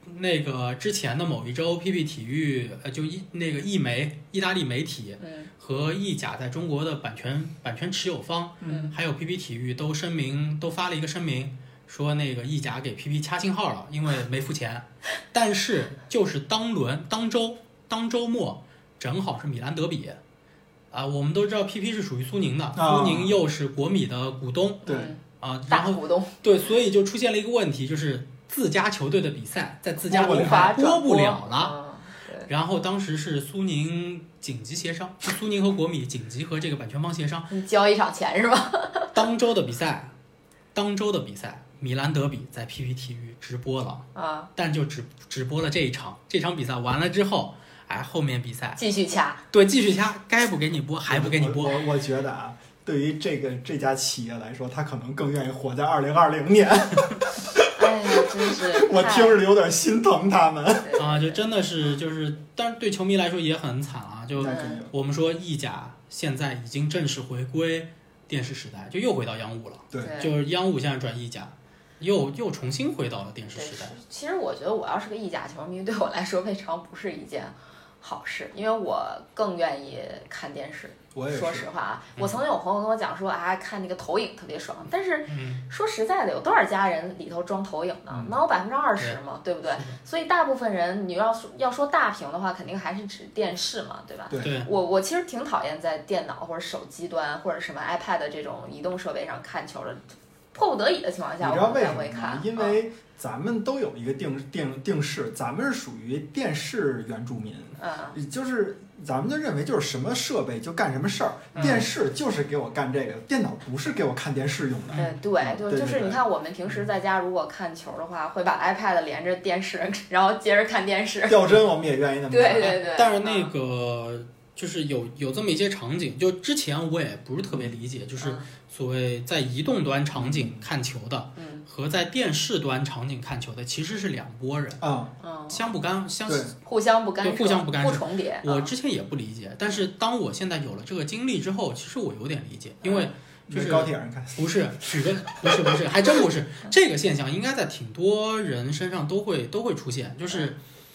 那个之前的某一周 PP 体育就那个意大利媒体和意甲在中国的版权持有方还有 PP 体育都发了一个声明，说那个意甲给 PP 掐信号了，因为没付钱。但是就是当周末正好是米兰德比啊，我们都知道 PP 是属于苏宁的，苏宁又是国米的股东， 对啊， 大股东， 对，所以就出现了一个问题，就是自家球队的比赛在自家平台播不了了。 然后当时是苏宁紧急协商，是苏宁和国米紧急和这个版权方协商， 你交一场钱是吧？ 当周的比赛，米兰德比在 PP 体育直播了啊， 但就只播了这一场比赛完了之后，后面比赛继续掐， 对，继续掐，该不给你播还不给你播。 我觉得啊，对于这家企业来说，他可能更愿意活在2020年。 哎呀，真是我听着有点心疼他们啊，就真的是但是对球迷来说也很惨啊。就我们说意甲现在已经正式回归电视时代，就又回到央五了。 对， 就是央五现在转意甲，又重新回到了电视时代。 其实我觉得我要是个意甲球迷，对我来说未尝不是一件好事，因为我更愿意看电视。说实话啊，我曾经有朋友跟我讲说看那个投影特别爽，但是说实在的，有多少家人里头装投影呢？能有20%吗？对不对？所以大部分人你要说大屏的话，肯定还是指电视嘛，对吧？ 对。 我其实挺讨厌在电脑或者手机端或者什么 iPad 这种移动设备上看球的，迫不得已的情况下， 你知道为什么会看？ 因为咱们都有一个定视，咱们是属于电视原住民，就是咱们就认为就是什么设备就干什么事儿，电视就是给我干这个，电脑不是给我看电视用的。 就是你看我们平时在家如果看球的话，会把 iPad 连着电视，然后接着看电视。 掉帧我们也愿意那么看。 对。 但是那个就是有这么一些场景，就之前我也不是特别理解，就是所谓在移动端场景看球的，和在电视端场景看球的其实是两拨人， 互相不干涉， 不重叠。 我之前也不理解，但是当我现在有了这个经历之后，其实我有点理解，因为就是高铁上看， 不是，还真不是这个现象，应该在挺多人身上都会出现，就是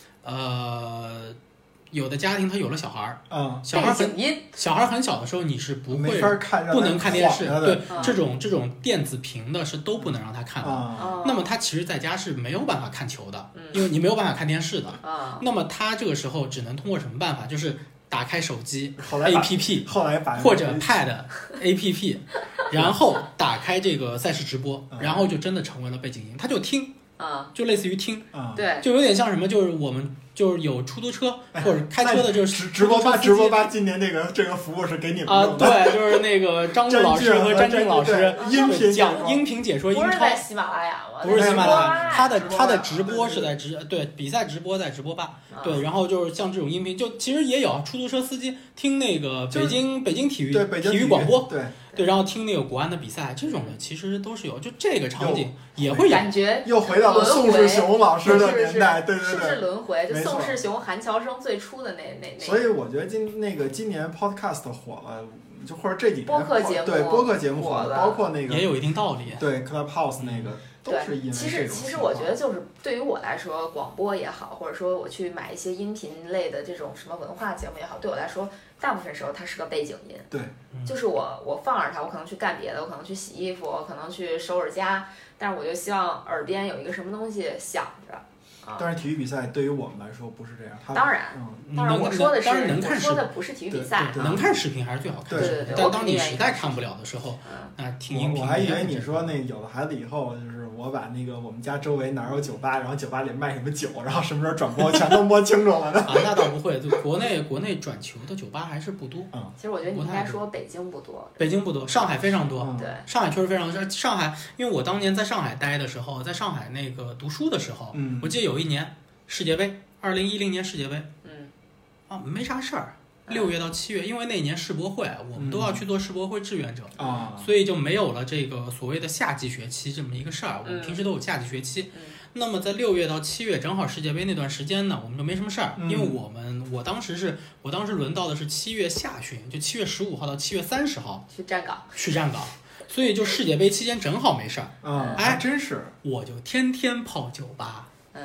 有的家庭他有了小孩儿，小孩很小的时候，你是不能看电视，对，这种电子屏的是都不能让他看的。那么他其实在家是没有办法看球的，因为你没有办法看电视的。那么他这个时候只能通过什么办法？就是打开手机 APP， 或者 Pad APP， 然后打开这个赛事直播，然后就真的成为了背景音，他就听。就类似于听， 对， 就有点像什么，就是我们就是有出租车或者开车的，就是直播吧，今年这个服务是给你们用的对，就是那个张璐老师和詹俊老师讲音频解说英超， 不是在喜马拉雅吗？ 不是喜马拉雅，他的直播是在比赛直播在直播吧，对，然后就是像这种音频，就其实也有出租车司机听那个北京体育广播，对，然后听那个国安的比赛，这种的其实都是有，就这个场景也会有， 感觉又回到了宋世雄老师的年代，对， 是轮回，就宋世雄、韩乔生最初的那。 所以我觉得今年 podcast 火了，就或者这几年播客节目火了，包括那个也有一定道理， 对 Clubhouse 那个。 对，其实我觉得就是对于我来说，广播也好，或者说我去买一些音频类的这种什么文化节目也好，对我来说，大部分时候它是个背景音。 对， 就是我放着它，我可能去干别的，我可能去洗衣服，我可能去收拾家，但是我就希望耳边有一个什么东西响着。 但是体育比赛对于我们来说不是这样。 当然，我说的不是体育比赛， 能看视频还是最好看。 对。 但当你实在看不了的时候，那听音频。 我还以为你说那有了孩子以后，就是我把那个我们家周围哪有酒吧，然后酒吧里卖什么酒，然后什么时候转播全都摸清楚了呢。 那倒不会，就国内转球的酒吧还是不多。 其实我觉得你应该说北京不多。 北京不多，上海非常多。 对， 上海确实非常多。上海，因为我当年在上海待的时候，在上海那个读书的时候，我记得有一年世界杯，2010年世界杯，没啥事儿。6月到7月，因为那年世博会，我们都要去做世博会志愿者所以就没有了这个所谓的夏季学期这么一个事儿。我们平时都有夏季学期。那么在6月到7月，正好世界杯那段时间呢，我们就没什么事儿，因为我当时轮到的是7月下旬，就7月15号到7月30号去站岗， 所以就世界杯期间正好没事儿。 还真是， 我就天天泡酒吧。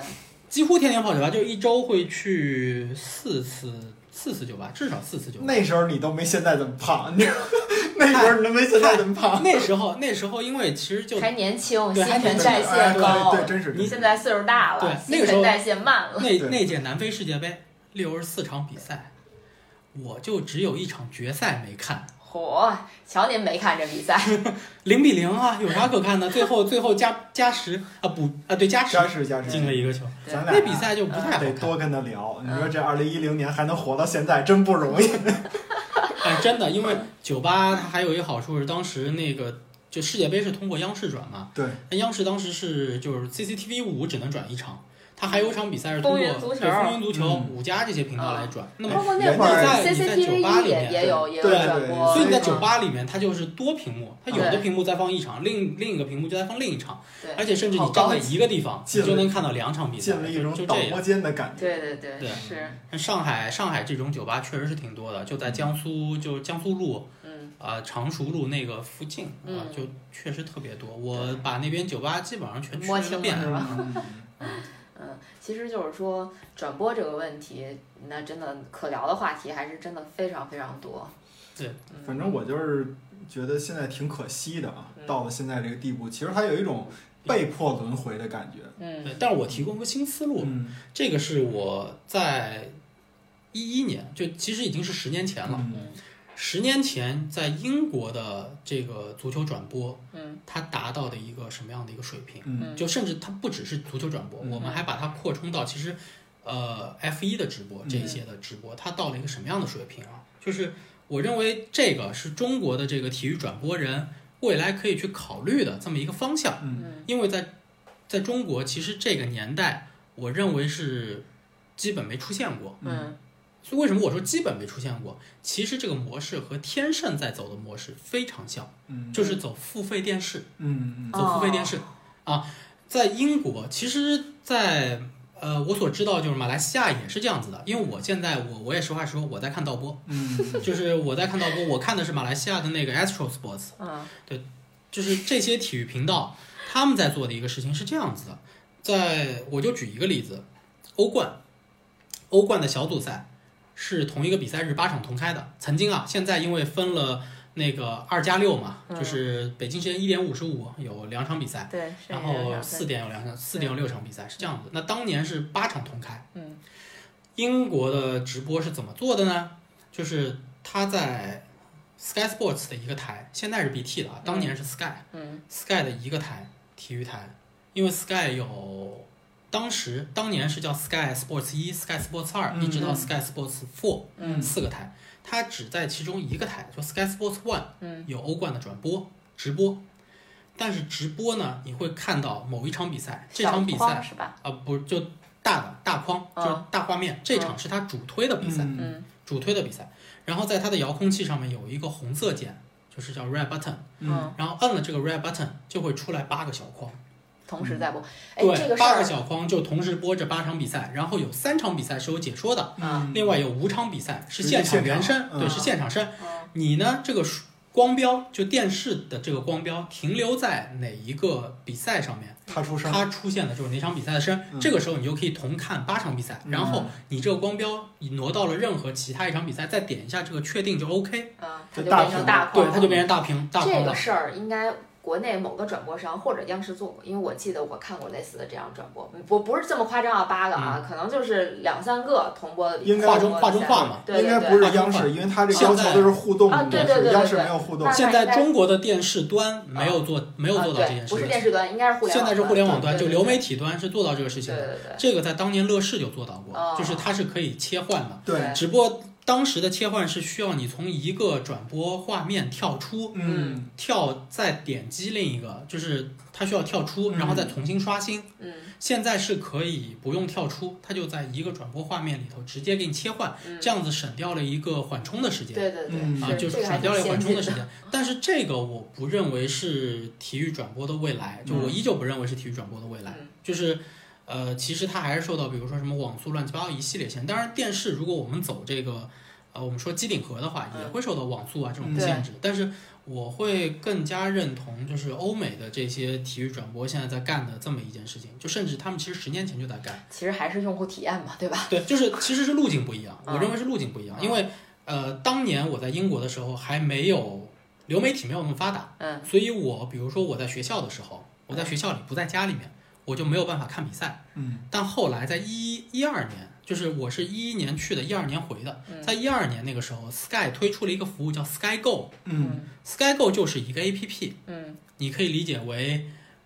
几乎天天泡酒吧，就一周会去4次酒吧，至少4次酒吧。 那时候你都没现在这么胖，你知道吗？那时候你都没现在这么胖。 那时候因为其实就还年轻， 对新陈代谢高。 对，真是。 你现在岁数大了， 对， 新陈代谢慢了。 那届南非世界杯64场比赛，我就只有1场决赛没看。 嚯，瞧您没看这比赛 ，0-0啊，有啥可看的？最后加时啊对加时进了一个球， 咱俩那比赛就不太好看。 得多跟他聊，你说这2010年还能活到现在，真不容易。 哎，真的，因为酒吧它还有一个好处是，当时那个就世界杯是通过央视转嘛， 对， 那央视当时是就是 CCTV5只能转1场。它还有一场比赛是通过风云足球 5家这些频道来转。那么包括那会儿 CCTV 也有转播， 所以你在酒吧里面它就是多屏幕，它有的屏幕在放1场，另一个屏幕就在放另一场，而且甚至你站在一个地方，你就能看到2场比赛， 进了一种导播间的感觉。 对，是。 上海这种酒吧确实是挺多的，就在江苏路，常熟路那个附近就确实特别多。我把那边酒吧基本上全去了个遍。 其实就是说转播这个问题，那真的可聊的话题还是真的非常非常多。 对， 反正我就是觉得现在挺可惜的啊，到了现在这个地步，其实它有一种被迫轮回的感觉。 对，但是我提供个新思路，这个是我在2011年，就其实已经是10年前了。10年前在英国的这个足球转播，它达到的一个什么样的一个水平？就甚至它不只是足球转播，我们还把它扩充到其实F1的直播这一些的直播，它到了一个什么样的水平啊？就是我认为这个是中国的这个体育转播人未来可以去考虑的这么一个方向。因为在中国其实这个年代，我认为是基本没出现过。所以为什么我说基本没出现过？其实这个模式和天盛在走的模式非常像，就是走付费电视，走付费电视啊。在英国，其实在我所知道就是马来西亚也是这样子的。因为我现在我也实话说我在看导播，就是我在看导播，我看的是马来西亚的那个 Astro Sports，对，就是这些体育频道他们在做的一个事情是这样子的。我就举一个例子，欧冠的小组赛。是同一个比赛日8场同开的，曾经现在因为分了那个2+6嘛，就是北京时间1点55有2场比赛， 对， 然后4点有6场比赛，是这样子。那当年是8场同开，英国的直播是怎么做的呢？就是他在 Sky Sports 的一个台，现在是 BT 的，当年是 Sky，Sky 的一个台，体育台，因为 Sky 有。当年是叫 Sky Sports 1、Sky Sports 2，一直到 Sky Sports 4，4个台，它只在其中一个台，就 Sky Sports 1，有欧冠的直播，但是直播呢，你会看到某一场比赛，这场比赛是吧？ 不是就大框，就是大画面，这场是它主推的比赛，主推的比赛，然后在它的遥控器上面有一个红色键，就是叫 Red Button，然后摁了这个 Red Button 就会出来8个小框。 同时在播， 对，8个小框就同时播着8场比赛，然后有3场比赛是有解说的，另外有5场比赛是现场原声，对，是现场声。你呢，这个光标就电视的这个光标停留在哪一个比赛上面，它出现的就是哪场比赛的声，这个时候你就可以同看8场比赛，然后你这个光标你挪到了任何其他一场比赛，再点一下这个确定就 OK， 它就变成大框， 对，它就变成大屏大框了。 这个事儿应该。国内某个转播商或者央视做过，因为我记得我看过类似的这样转播，不是这么夸张8个可能就是2-3个同播， 画中画嘛， 对， 应该不是央视，因为它这个要求都是互动模式，央视没有互动。 现在中国的电视端没有做到这件事， 不是电视端，应该是互联网端。 现在是互联网端，就流媒体端是做到这个事情的。 对， 这个在当年乐视就做到过，就是它是可以切换的， 对， 只不过。当时的切换是需要你从一个转播画面跳出，再点击另一个，就是它需要跳出，然后再重新刷新。现在是可以不用跳出，它就在一个转播画面里头直接给你切换，这样子省掉了一个缓冲的时间。 对， 就是省掉了缓冲的时间。但是这个我不认为是体育转播的未来，就我依旧不认为是体育转播的未来，就是。其实它还是受到，比如说什么网速乱七八糟一系列线。当然，电视如果我们走这个我们说机顶盒的话，也会受到网速啊这种限制。但是我会更加认同，就是欧美的这些体育转播现在在干的这么一件事情，就甚至他们其实10年前就在干。 其实还是用户体验嘛，对吧？ 对，就是其实是路径不一样，我认为是路径不一样，因为当年我在英国的时候还没有流媒体没有那么发达，所以我比如说我在学校的时候，我在学校里不在家里面，我就没有办法看比赛。但后来在12年。就是我是11年去的，12年回的。在12年那个时候 ，Sky 推出了一个服务叫 Sky Go。Sky Go 就是一个 APP。你可以理解为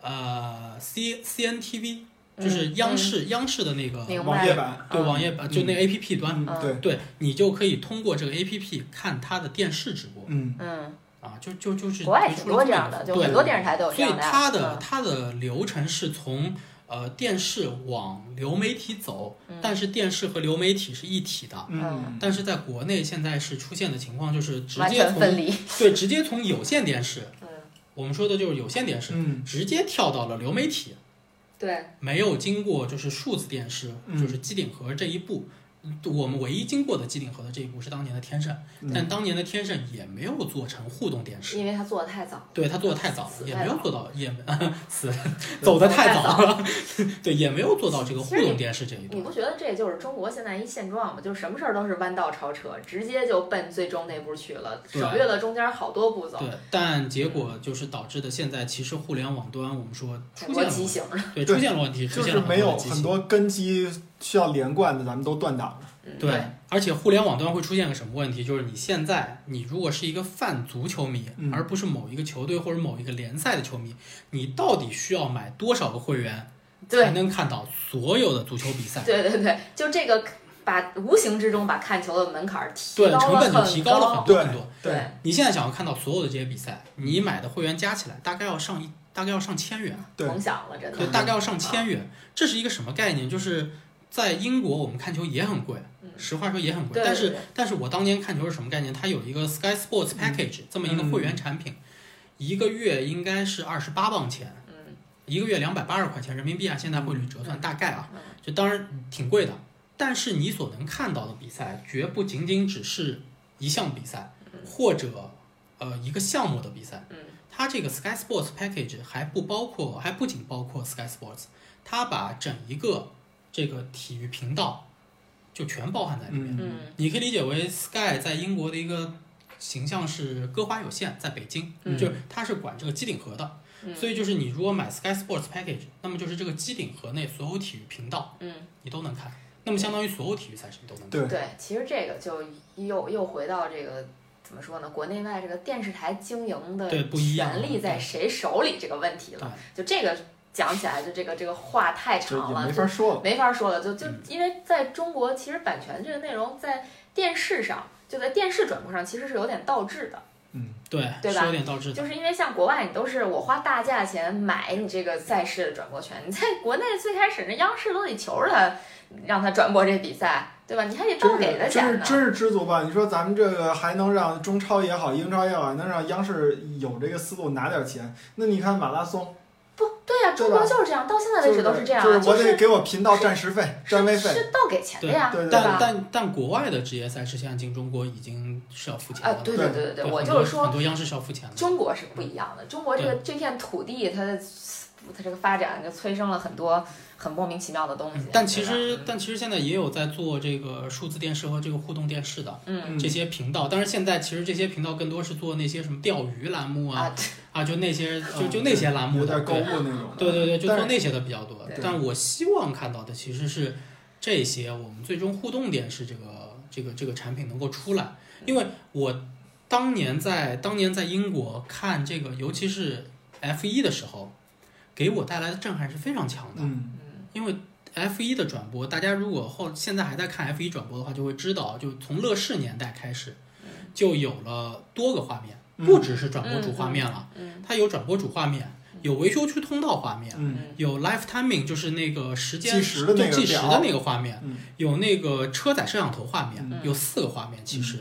CNTV， 就是央视的那个网页版， 对网页版就那个 APP 端。对，你就可以通过这个 APP 看它的电视直播。就是国外挺多这样的，就很多电视台都有这样的。 所以它的流程是从电视往流媒体走，但是电视和流媒体是一体的。但是在国内现在是出现的情况就是直接从有线电视，我们说的就是有线电视，直接跳到了流媒体。 对， 没有经过就是数字电视，就是机顶盒这一步。我们唯一经过的机顶盒的这一步是当年的天盛，但当年的天盛也没有做成互动电视， 因为它做的太早了。 对，它做的太早了，也没有做到，走的太早了。对，也没有做到这个互动电视这一步。 你不觉得这就是中国现在一现状吗？就是什么事儿都是弯道超车，直接就奔最终那步去了，省略了中间好多步骤。 对，但结果就是导致的现在其实互联网端我们说出现了畸形， 对，出现了问题， 就是没有很多根基需要连贯的，咱们都断档了。 对，而且互联网端会出现个什么问题？就是你如果是一个泛足球迷，而不是某一个球队或者某一个联赛的球迷，你到底需要买多少个会员才能看到所有的足球比赛？ 对，就这个无形之中把看球的门槛提高了很多，成本就提高了很多很多。 对， 你现在想要看到所有的这些比赛，你买的会员加起来大概要上1000元， 甭想了，真的。 对，大概要上1000元。这是一个什么概念？就是在英国我们看球也很贵。实话说也很贵，但是我当年看球是什么概念？它有一个 Sky Sports Package 这么一个会员产品，一个月应该是28磅钱，一个月280块钱人民币啊，现在汇率折算大概啊，就当然挺贵的。但是你所能看到的比赛，绝不仅仅只是一项比赛，或者一个项目的比赛。它这个 Sky Sports Package 还不仅包括 Sky Sports， 它把整一个这个体育频道就全包含在里面。你可以理解为 Sky 在英国的一个形象是歌华有线，在北京，就是它是管这个机顶盒的。所以就是你如果买 Sky Sports Package， 那么就是这个机顶盒内所有体育频道，你都能看。那么相当于所有体育赛事你都能看。 对，其实这个就又回到这个怎么说呢？国内外这个电视台经营的权力在谁手里这个问题了。就这个讲起来，就这个话太长了， 没法说了。就因为在中国，其实版权这个内容在电视上，就在电视转播上，其实是有点倒置的。 对吧？是有点倒置的。 就是因为像国外，你都是我花大价钱买你这个赛事的转播权。你在国内最开始那央视都得求着他，让他转播这比赛，对吧？你还得照给他钱呢。 真是知足吧？你说咱们这个还能让中超也好，英超也好，能让央视有这个思路拿点钱？那你看马拉松。 不对呀，中国就是这样，到现在为止都是这样。 就是我得给我频道占时费、占位费， 是倒给钱的呀，对吧？ 但国外的职业赛事现在进中国已经是要付钱的。 对，我就是说， 很多央视是要付钱的。 中国是不一样的，中国这片土地，它这个发展就催生了很多很莫名其妙的东西。 但其实现在也有在做这个数字电视和这个互动电视的这些频道，但是现在其实这些频道更多是做那些什么钓鱼栏目就那些就那些栏目的， 有点购物那种。 对，就做那些的比较多。但我希望看到的其实是这些我们最终互动电视这个产品能够出来，因为我当年在英国看这个，尤其是 F1 的时候，给我带来的震撼是非常强的。因为 F1 的转播，大家如果现在还在看 F1 转播的话，就会知道，就从乐视年代开始，就有了多个画面，不只是转播主画面了，它有转播主画面，有维修区通道画面，有 live timing， 就是那个时间计时的那个画面，有那个车载摄像头画面，有4个画面。其实，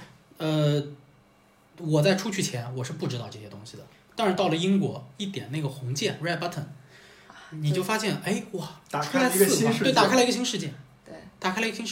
我在出去前我是不知道这些东西的，但是到了英国，一点那个红键 red button， 你就发现，哎哇， 打开了一个新世界。 对，打开了一个新世界。对，打开了一个新世界。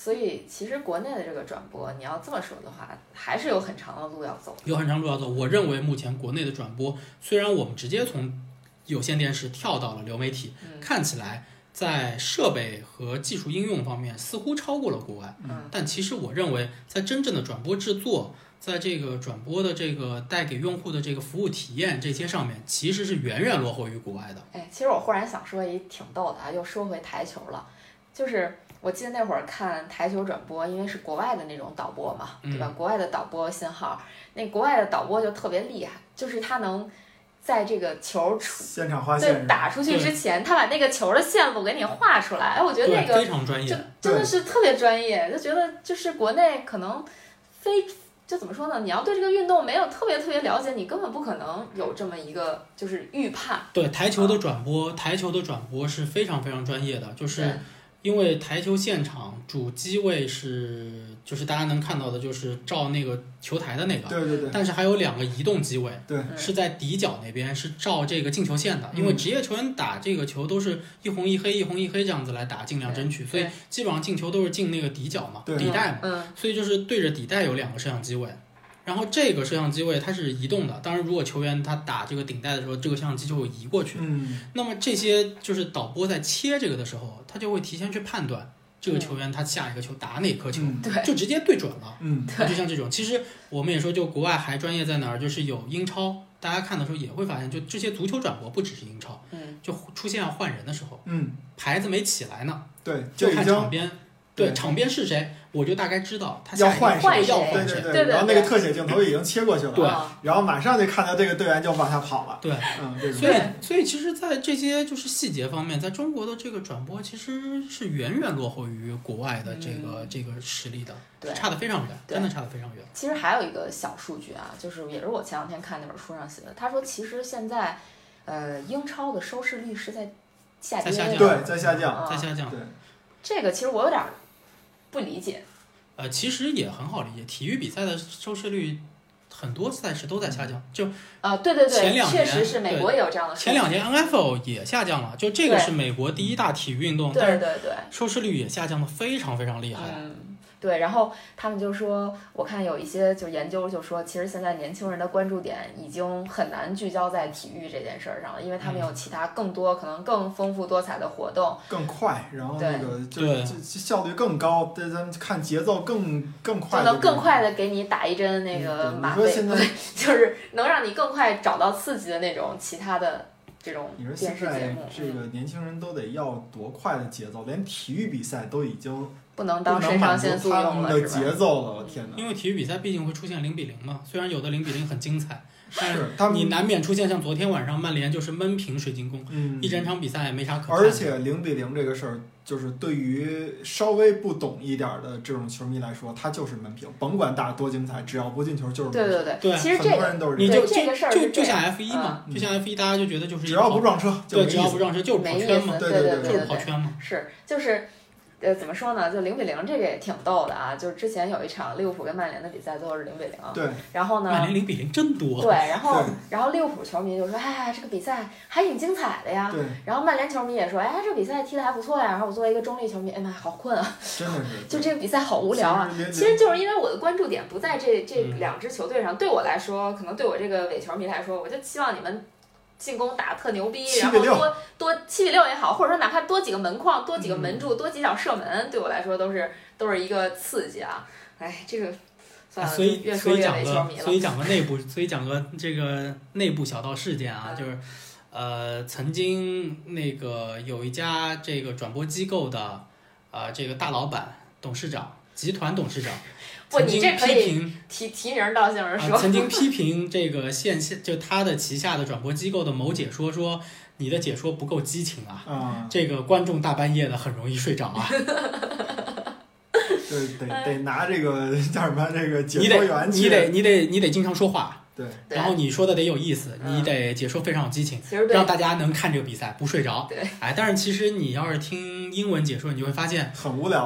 所以其实国内的这个转播，你要这么说的话，还是有很长的路要走。 有很长路要走。我认为目前国内的转播，虽然我们直接从有线电视跳到了流媒体，看起来在设备和技术应用方面似乎超过了国外，但其实我认为在真正的转播制作，在这个转播的这个带给用户的这个服务体验这些上面，其实是远远落后于国外的。 哎，其实我忽然想说一挺逗的啊，又说回台球了，就是我记得那会儿看台球转播，因为是国外的那种导播嘛，对吧？国外的导播信号，那国外的导播就特别厉害，就是他能在这个球现场画线打出去之前，他把那个球的线路给你画出来。哎，我觉得那个非常专业， 就真的是特别专业。就觉得就是国内可能就怎么说呢？你要对这个运动没有特别了解，你根本不可能有这么一个就是预判。 对台球的转播，台球的转播是非常非常专业的，就是因为台球现场主机位就是大家能看到的，就是照那个球台的那个， 对。 但是还有2个移动机位， 对， 是在底角那边，是照这个进球线的。因为职业球员打这个球都是一红一黑这样子来打，尽量争取，所以基本上进球都是进那个底角嘛，底带嘛，所以就是对着底带有2个摄像机位。然后这个摄像机位它是移动的，当然如果球员他打这个顶带的时候，这个摄像机就会移过去。那么这些就是导播在切这个的时候，他就会提前去判断这个球员他下一个球打哪颗球，就直接对准了。就像这种，其实我们也说，就国外还专业在哪儿，就是有英超，大家看的时候也会发现，就这些足球转播不只是英超，就出现要换人的时候，牌子没起来呢， 对， 就看场边。对，场边是谁，我就大概知道他要换谁， 对，然后那个特写镜头已经切过去了， 对， 然后马上就看到这个队员就往下跑了， 对，所以其实，在这些就是细节方面，在中国的这个转播其实是远远落后于国外的这个实力的，差得非常远，真的差得非常远。 其实还有一个小数据啊，就是也是我前2天看那本书上写的，他说其实现在英超的收视率是在下跌， 对，在下降， 对， 这个其实我有点不理解。 其实也很好理解，体育比赛的收视率很多赛事都在下降，就对， 前2年确实是美国也有这样的数据， 前2年 NFL 也下降了，就这个是美国第1大体育运动， 对， 收视率也下降的非常非常厉害。 对，然后他们就说，我看有一些就研究就说，其实现在年轻人的关注点已经很难聚焦在体育这件事儿上了，因为他们有其他更多可能更丰富多彩的活动， 更快，然后那个就效率更高，咱们看节奏更快， 就能更快的给你打一针那个吗啡，就是能让你更快找到刺激的那种其他的这种电视节目。 这个年轻人都得要多快的节奏，连体育比赛都已经不能当肾上腺素用了， 是吧？节奏了，我天哪！ 因为体育比赛毕竟会出现0-0嘛，虽然有的0-0很精彩，但是你难免出现像昨天晚上曼联就是闷平水晶宫，一整场比赛也没啥可看的。 而且0-0这个事儿，就是对于稍微不懂一点的这种球迷来说，它就是闷平，甭管打多精彩，只要不进球就是闷平。对，其实很多人都是你这个事儿就像 F1 嘛，就像 F1 大家就觉得就是只要不撞车， 对，只要不撞车就是跑圈嘛， 对， 就是跑圈嘛， 就是。怎么说呢？就0-0这个也挺逗的啊！就是之前有一场利物浦跟曼联的比赛都是0-0， 对。 然后呢？ 曼联0-0真多。 对，然后利物浦球迷就说：“哎，这个比赛还挺精彩的呀。” 对。 然后曼联球迷也说：“哎，这个比赛踢得还不错呀。”然后我作为一个中立球迷，哎妈，好困啊！ 真的是。 就这个比赛好无聊啊！其实就是因为我的关注点不在这2支球队上，对我来说，可能对我这个伪球迷来说，我就希望你们进攻打特牛逼，然后多7-6也好，或者说哪怕多几个门框，多几个门柱，多几脚射门，对我来说都是一个刺激啊！哎，这个算了，越说越伪球迷了。 所以讲个这个内部小道事件啊，就是曾经那个有一家这个转播机构的这个大老板、董事长、集团董事长。 不，你这可以提名道姓人说。 曾经批评这个就他的旗下的转播机构的某解说你的解说不够激情啊，这个观众大半夜的很容易睡着啊。 对，得拿这个叫什么这个解说员你得经常说话， 对， 然后你说的得有意思，你得解说非常有激情，让大家能看这个比赛不睡着。 对， 但是其实你要是听英文解说，你就会发现很无聊的。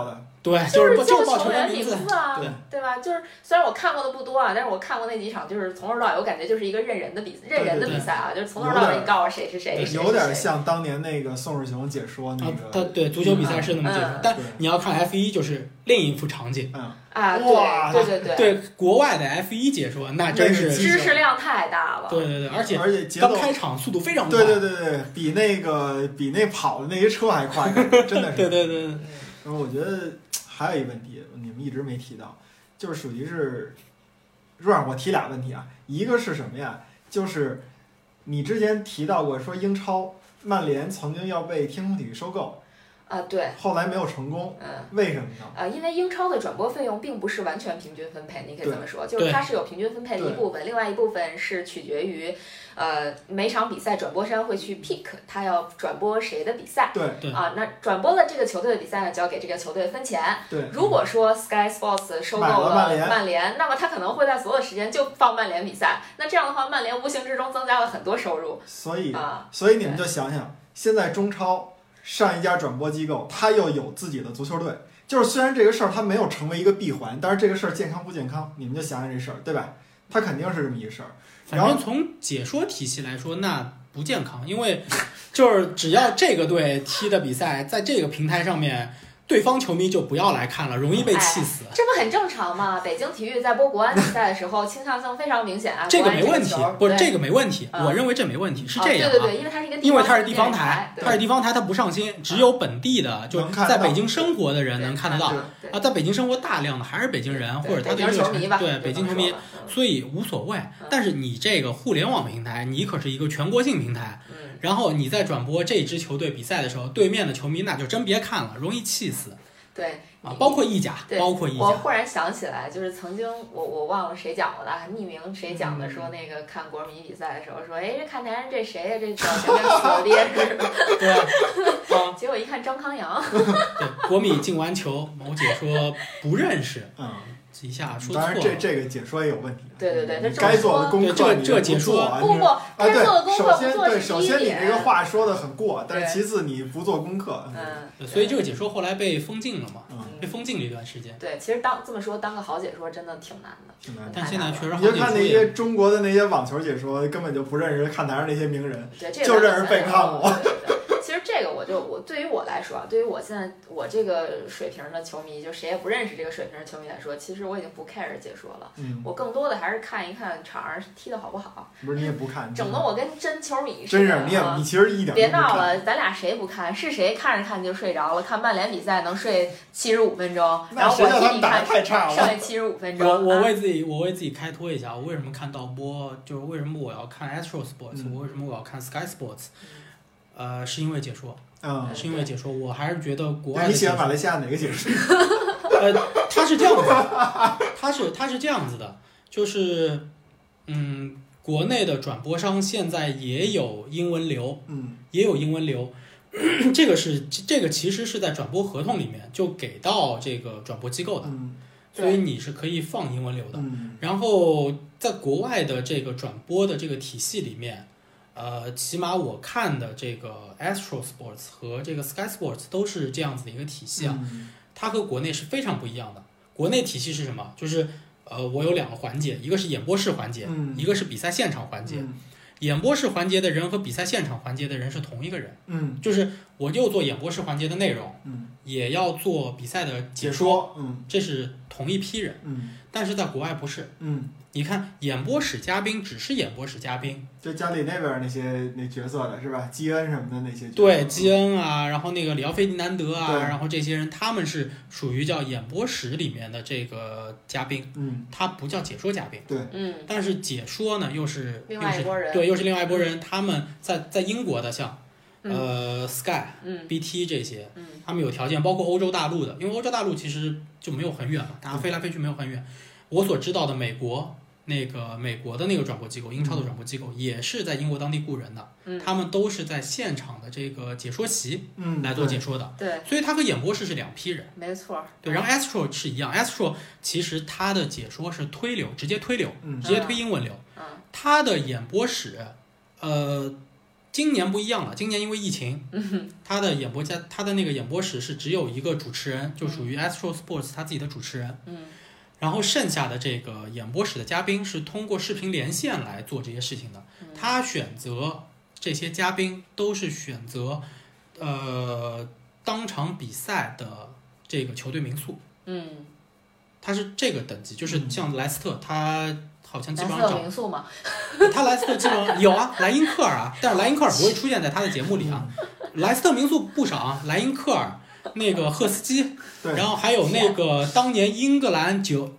对， 就是叫球员名字啊，对吧？就是虽然我看过的不多啊，但是我看过那几场，就是从头到尾，我感觉就是一个认人的比赛啊，就是从头到尾你告诉我谁是谁， 有点像当年那个宋世雄解说那个。 对，足球比赛是那么解说，但你要看 F1就是另一副场景。对，国外的 F1 解说那真是知识量太大了。 对，而且刚开场速度非常快。 对，比那跑的那些车还快，真的是。对。然后我觉得还有一个问题，你们一直没提到，就是属于是，让我提俩问题啊，一个是什么呀？就是你之前提到过说英超曼联曾经要被天空体育收购。 对， 后来没有成功，为什么呢？ 因为英超的转播费用并不是完全平均分配，你可以这么说，就是它是有平均分配的一部分，另外一部分是取决于，每场比赛转播商会去 pick 他要转播谁的比赛， 对那转播了这个球队的比赛呢，就要给这个球队分钱， 对。 如果说 Sky Sports 收购了曼联，那么他可能会在所有时间就放曼联比赛，那这样的话，曼联无形之中增加了很多收入， 所以你们就想想，现在中超。上一家转播机构，它又有自己的足球队，就是虽然这个事儿它没有成为一个闭环，但是这个事儿健康不健康，你们就想想这事儿，对吧？它肯定是这么一个事儿。 反正从解说体系来说，那不健康，因为就是只要这个队踢的比赛在这个平台上面，对方球迷就不要来看了，容易被气死。 这不很正常吗？北京体育在播国安比赛的时候，倾向性非常明显啊。 这个没问题，不是这个没问题，我认为这没问题，是这样啊。 对，因为它是一个因为它是地方台，它不上新，只有本地的，就在北京生活的人能看得到啊。在北京生活大量的还是北京人或者他对这个城对北京球迷，所以无所谓。但是你这个互联网平台，你可是一个全国性平台。然后你在转播这支球队比赛的时候，对面的球迷那就真别看了，容易气死。 对包括意甲， 我忽然想起来，就是曾经我忘了谁讲过的，匿名谁讲的，说那个看国米比赛的时候说，这看台上这谁呀，这表情跟死爹似的。对，结果一看张康阳。 对，国米进完球，某解说不认识。一下说错了， 当然这个解说也有问题。 对， 该做的功课这解说不，该做的功课不做是首先你这个话说的很过，但是其次你不做功课。 所以这个解说后来被封禁了嘛，被封禁了一段时间。 对，其实这么说，当个好解说真的挺难的。 但现在确实好解说。你就看那些中国的那些网球解说，根本就不认识看台上那些名人，就认识贝克汉姆。 其实这个我对于我来说啊，对于我现在我这个水平的球迷，就谁也不认识这个水平的球迷来说，其实我已经不 care 解说了。我更多的还是看一看场上踢得好不好。 不是你也不看， 整得我跟真球迷似的。 真是你其实一点别闹了，咱俩谁不看？是谁看着看就睡着了？看曼联比赛能睡75分钟，然后我替你看剩下75分钟。 我为自己开脱一下，我为什么看导播？就是为什么我要看 Astro Sports？我为什么我要看 Sky Sports？是因为解说，是因为解说，我还是觉得国外的。 你喜欢马来西亚哪个解说？ 他是这样子的，他是这样子的，就是国内的转播商现在也有英文流，也有英文流，这个其实是在转播合同里面就给到这个转播机构的，所以你是可以放英文流的。然后在国外的这个转播的这个体系里面。起码我看的这个 Astro Sports 和这个 Sky Sports 都是这样子的一个体系啊，它和国内是非常不一样的。国内体系是什么？就是我有两个环节，一个是演播室环节，一个是比赛现场环节。演播室环节的人和比赛现场环节的人是同一个人，就是我就做演播室环节的内容，也要做比赛的解说，这是同一批人，但是在国外不是，你看演播室嘉宾只是演播室嘉宾， 就家里那边那角色的是吧？基恩什么的那些角色， 对，基恩啊，然后那个里奥费迪南德啊，然后这些人他们是属于叫演播室里面的这个嘉宾，他不叫解说嘉宾， 对， 但是解说呢又是另外一拨人， 对，又是另外一拨人，他们在英国的像Sky、BT 这些，他们有条件，包括欧洲大陆的，因为欧洲大陆其实就没有很远嘛，大家飞来飞去没有很远。我所知道的美国的那个转播机构，英超的转播机构也是在英国当地雇人的，他们都是在现场的这个解说席来做解说的， 对， 所以他和演播室是两批人， 没错， 对。然后 Astro 是一样，Astro 其实他的解说是推流，直接推英文流，他的演播室， 今年不一样了，今年因为疫情，他的那个演播室是只有一个主持人，就属于 Astro Sports 他自己的主持人。然后剩下的这个演播室的嘉宾是通过视频连线来做这些事情的。他选择这些嘉宾都是选择当场比赛的这个球队名宿。他是这个等级，就是像莱斯特，他好像基本上找名宿嘛， 他莱斯特基本上有啊，莱因克尔啊，但是莱因克尔不会出现在他的节目里啊。莱斯特名宿不少啊，莱因克尔，那个赫斯基，然后还有那个当年英格兰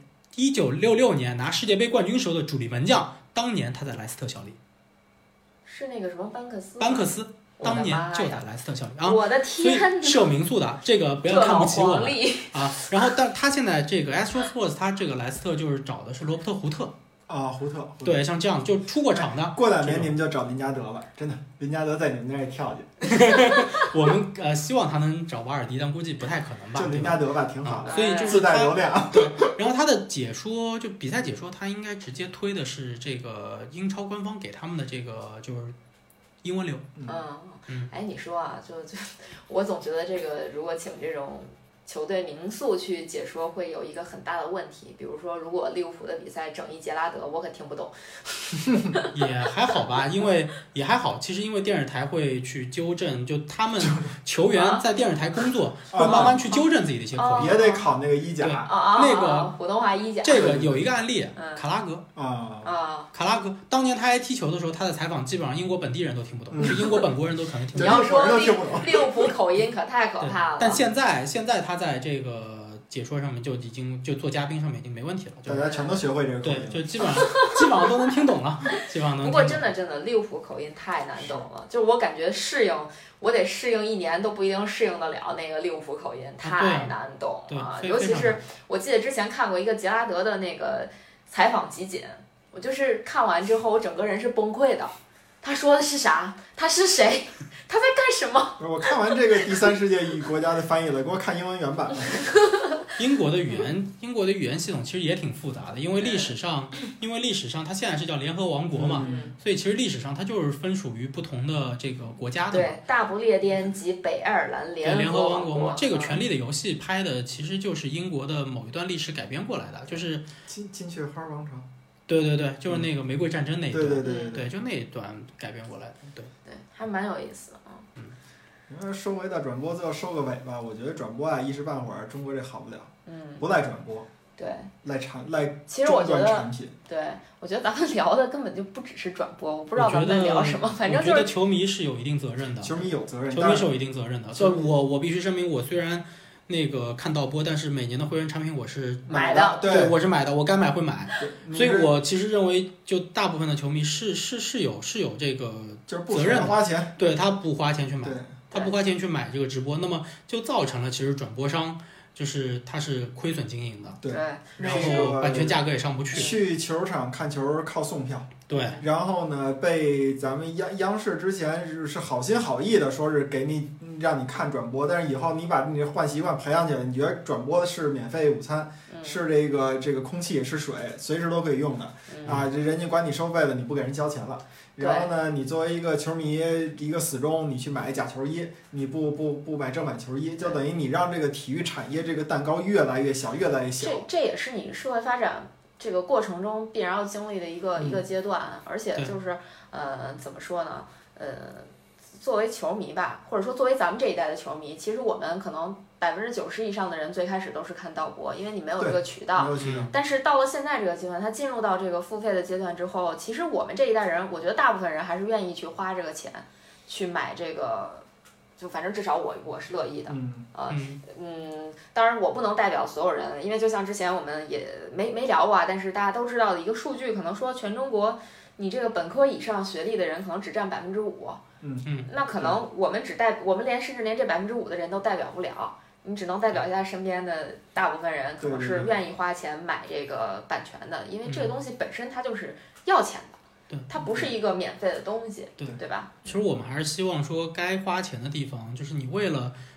1966年拿世界杯冠军时候的主力门将，当年他在莱斯特效力。 是那个什么班克斯？ 班克斯当年就在莱斯特效力啊！ 我的天哪！ 所以是有名宿的，这个不要看不起我们啊。然后，但他现在这个 Astro Sports， 他这个莱斯特就是找的是罗伯特·胡特。 胡特对，像这样就出过场的。 过2年你们就找林加德了，真的，林加德在你们那儿也跳去。 我们希望他能找瓦尔迪，但估计不太可能吧。 就林加德吧，挺好的。 所以就是自带流量。 对，然后他的解说就比赛解说，他应该直接推的是这个英超官方给他们的这个就是英文流。 哎，你说啊，就我总觉得这个如果请这种球队名宿去解说会有一个很大的问题，比如说如果利物浦的比赛整一杰拉德，我可听不懂。 也还好吧，因为也还好，其实因为电视台会去纠正，就他们球员在电视台工作会慢慢去纠正自己的一些口音， 也得考那个一甲。 那个普通话一甲。 这个有一个案例，卡拉格卡拉格当年他还踢球的时候，他的采访基本上英国本地人都听不懂，就英国本国人都可能听不懂。 你要说利物浦口音可太可怕了。 但现在他在这个解说上面就已经就做嘉宾上面已经没问题了， 大家全都学会这个口音， 对，就基本上都能听懂了，基本上能听懂。 不过真的利物浦口音太难懂了，就是我感觉我得适应1年都不一定适应得了那个利物浦口音，太难懂了。尤其是我记得之前看过一个杰拉德的那个采访集锦，我就是看完之后我整个人是崩溃的。他说的是啥？他是谁？他在干什么？ 我看完这个第3世界国家的翻译了，给我看英文原版。 英国的语言系统其实也挺复杂的，因为历史上它现在是叫联合王国嘛，所以其实历史上它就是分属于不同的这个国家的。 对，大不列颠及北爱尔兰联合王国嘛。这个《权力的游戏》拍的其实就是英国的某一段历史改编过来的，就是金雀花王朝。 对，就是那个玫瑰战争那一段。 对， 就那一段改编过来的。对， 还蛮有意思的啊。 你说收回到转播，最后收个尾吧。我觉得转播啊，一时半会儿中国这好不了。不赖转播。 对。 赖其实我觉得产品。 对，我觉得咱们聊的根本就不只是转播，我不知道咱们在聊什么，反正就是。 我觉得球迷是有一定责任的。 球迷有责任。 球迷是有一定责任的。所以我必须声明，我虽然那个看导播，但是每年的会员产品我是买的。 对， 我是买的，我该买会买。所以我其实认为，就大部分的球迷是有这个责任的。 花钱。 对，他不花钱去买。他不花钱去买这个直播，那么就造成了其实转播商就是他是亏损经营的， 对， 然后版权价格也上不去。 去球场看球靠送票， 对， 然后呢被咱们央视之前是好心好意的说是给你让你看转播，但是以后你把你的坏习惯培养起来，你觉得转播的是免费午餐，是这个空气是水，随时都可以用的啊，这人家管你收费了，你不给人交钱了。然后呢，你作为一个球迷，一个死忠，你去买假球衣，你不买正版球衣，就等于你让这个体育产业这个蛋糕越来越小，越来越小。 这也是你社会发展这个过程中必然要经历的一个阶段，而且就是怎么说呢？作为球迷吧，或者说作为咱们这一代的球迷，其实我们可能90%以上的人最开始都是看导播，因为你没有这个渠道。但是到了现在这个阶段，他进入到这个付费的阶段之后，其实我们这一代人，我觉得大部分人还是愿意去花这个钱去买这个，就反正至少我是乐意的。当然我不能代表所有人，因为就像之前我们也没聊过啊，但是大家都知道的一个数据，可能说全中国你这个本科以上学历的人可能只占5%。那可能我们甚至连这5%的人都代表不了，你只能代表一下身边的大部分人，可能是愿意花钱买这个版权的，因为这个东西本身它就是要钱的，它不是一个免费的东西，对吧？ 其实我们还是希望说，该花钱的地方，就是你为了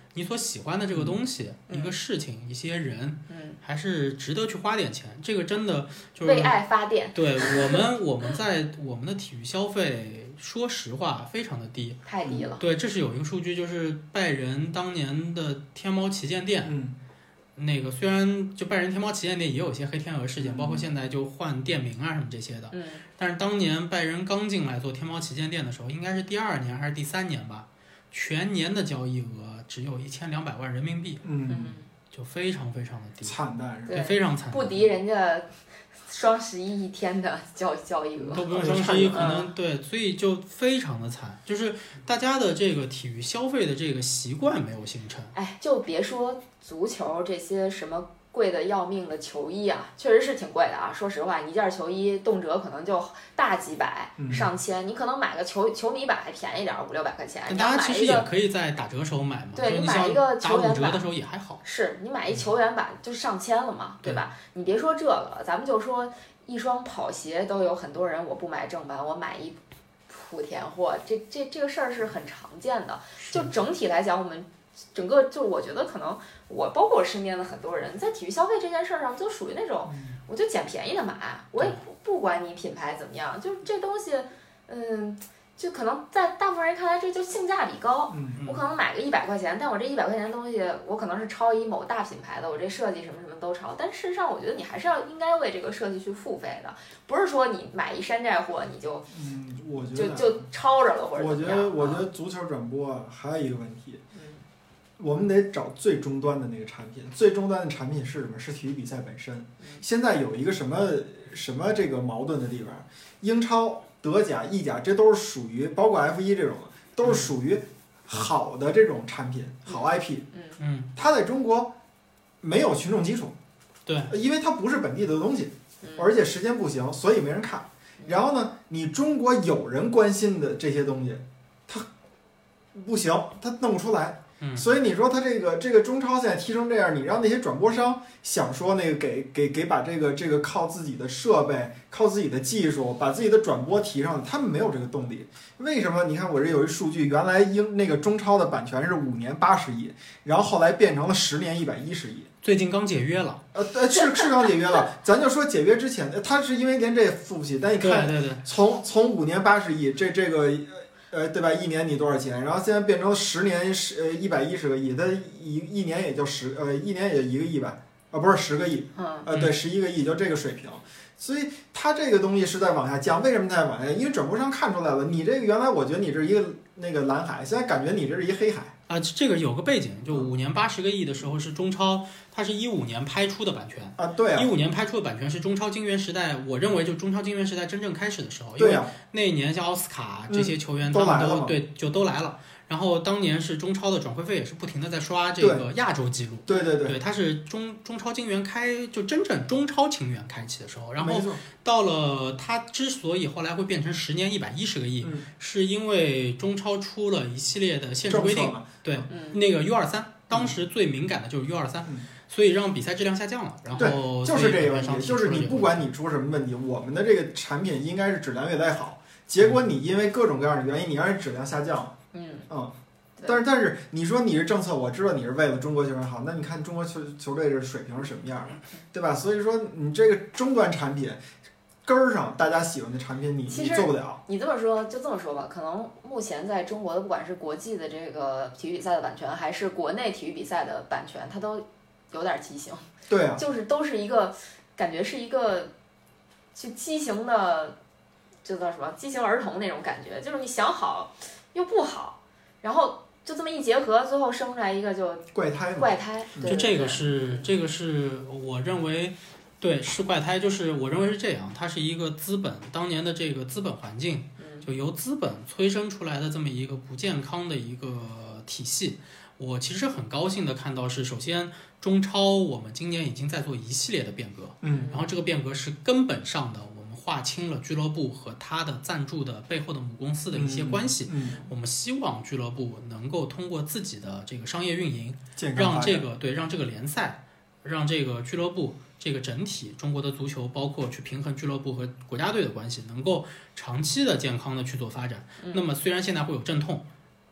你所喜欢的这个东西、一个事情、一些人，还是值得去花点钱。这个真的就是为爱发电。 对我们在我们的体育消费，说实话非常的低， 太低了。 对，这是有一个数据，就是拜仁当年的天猫旗舰店。那个虽然就拜仁天猫旗舰店也有一些黑天鹅事件，包括现在就换店名啊什么这些的，但是当年拜仁刚进来做天猫旗舰店的时候，应该是第2年还是第3年吧，全年的交易额只有1200万人民币，就非常非常的低， 惨淡， 对，非常惨淡， 不敌人家双11一天的交易额， 都不用双11，可能对，所以就非常的惨，就是大家的这个体育消费的这个习惯没有形成。 哎，就别说足球这些什么贵的要命的球衣啊，确实是挺贵的啊。说实话，你一件球衣动辄可能就大几百、上千，你可能买个球迷版还便宜点，500-600块钱。 大家其实也可以在打折时候买嘛。 对，你买一个球员版打5折的时候也还好。 是你买一球员版就上千了嘛，对吧？你别说这个了，咱们就说一双跑鞋都有很多人，我不买正版，我买一莆田货，这个事儿是很常见的。就整体来讲，我们整个就我觉得可能我包括我身边的很多人在体育消费这件事儿上就属于那种，我就捡便宜的买，我也不管你品牌怎么样，就这东西，就可能在大部分人看来这就性价比高，我可能买个100块钱，但我这100块钱的东西我可能是抄一某大品牌的，我这设计什么什么都抄，但事实上我觉得你还是应该为这个设计去付费的，不是说你买一山寨货你就我觉得就抄着了或者怎么样。 我觉得足球转播还有一个问题，我们得找最终端的那个产品，最终端的产品是什么？是体育比赛本身。现在有一个什么这个矛盾的地方，英超、德甲、意甲，这都是属于包括 F1 这种的，都是属于好的这种产品，好 IP。它在中国没有群众基础， 对， 因为它不是本地的东西，而且时间不行，所以没人看。然后呢，你中国有人关心的这些东西，它不行，它弄不出来。所以你说它这个中超现在踢成这样，你让那些转播商想说那个给把这个靠自己的设备、靠自己的技术把自己的转播提上，他们没有这个动力。为什么？你看我这有一数据，原来那个中超的版权是5年80亿，然后后来变成了10年110亿。 最近刚解约了。 是刚解约了。咱就说解约之前，他是因为连这也付不起，但你看， 对， 从5年80亿，这个。对吧？1年你多少钱？然后现在变成10年110个亿，它一年也就1年也1个亿吧？不是10个亿，对，11个亿就这个水平。所以它这个东西是在往下降。为什么它在往下？因为转播商看出来了，你这个原来我觉得你这是一个那个蓝海，现在感觉你这是一黑海。 这个有个背景，就5年80个亿的时候是中超，它是15年拍出的版权对 ，15年拍出的版权是中超金元时代，我认为就中超金元时代真正开始的时候， 对呀，那一年像奥斯卡这些球员他们都来了。然后当年是中超的转会费也是不停的在刷这个亚洲纪录，对，它是中超金元就真正中超金元开启的时候，然后到了它之所以后来会变成10年110个亿，是因为中超出了一系列的限制规定，对，那个 U23 当时最敏感的就是 U23，所以让比赛质量下降了，然后就是这个问题，就是你不管你出什么问题，我们的这个产品应该是质量越来越好，结果你因为各种各样的原因，你让人质量下降了。但是你说你是政策，我知道你是为了中国球员好，那你看中国球队这水平是什么样的，对吧？所以说你这个终端产品根儿上大家喜欢的产品你做不了。 你这么说就这么说吧，可能目前在中国的不管是国际的这个体育比赛的版权，还是国内体育比赛的版权，它都有点畸形。 对啊， 就是都是一个感觉是一个就畸形的，就叫什么畸形儿童那种感觉，就是你想好又不好，然后就这么一结合，最后生出来一个就怪胎。 就这个是我认为，对，是怪胎，就是我认为是这样，它是一个资本当年的这个资本环境，就由资本催生出来的这么一个不健康的一个体系。我其实很高兴的看到是，首先中超我们今年已经在做一系列的变革，然后这个变革是根本上的，我们划清了俱乐部和它的赞助的背后的母公司的一些关系，我们希望俱乐部能够通过自己的这个商业运营，让这个联赛，让这个俱乐部这个整体中国的足球，包括去平衡俱乐部和国家队的关系，能够长期的健康的去做发展。那么虽然现在会有阵痛，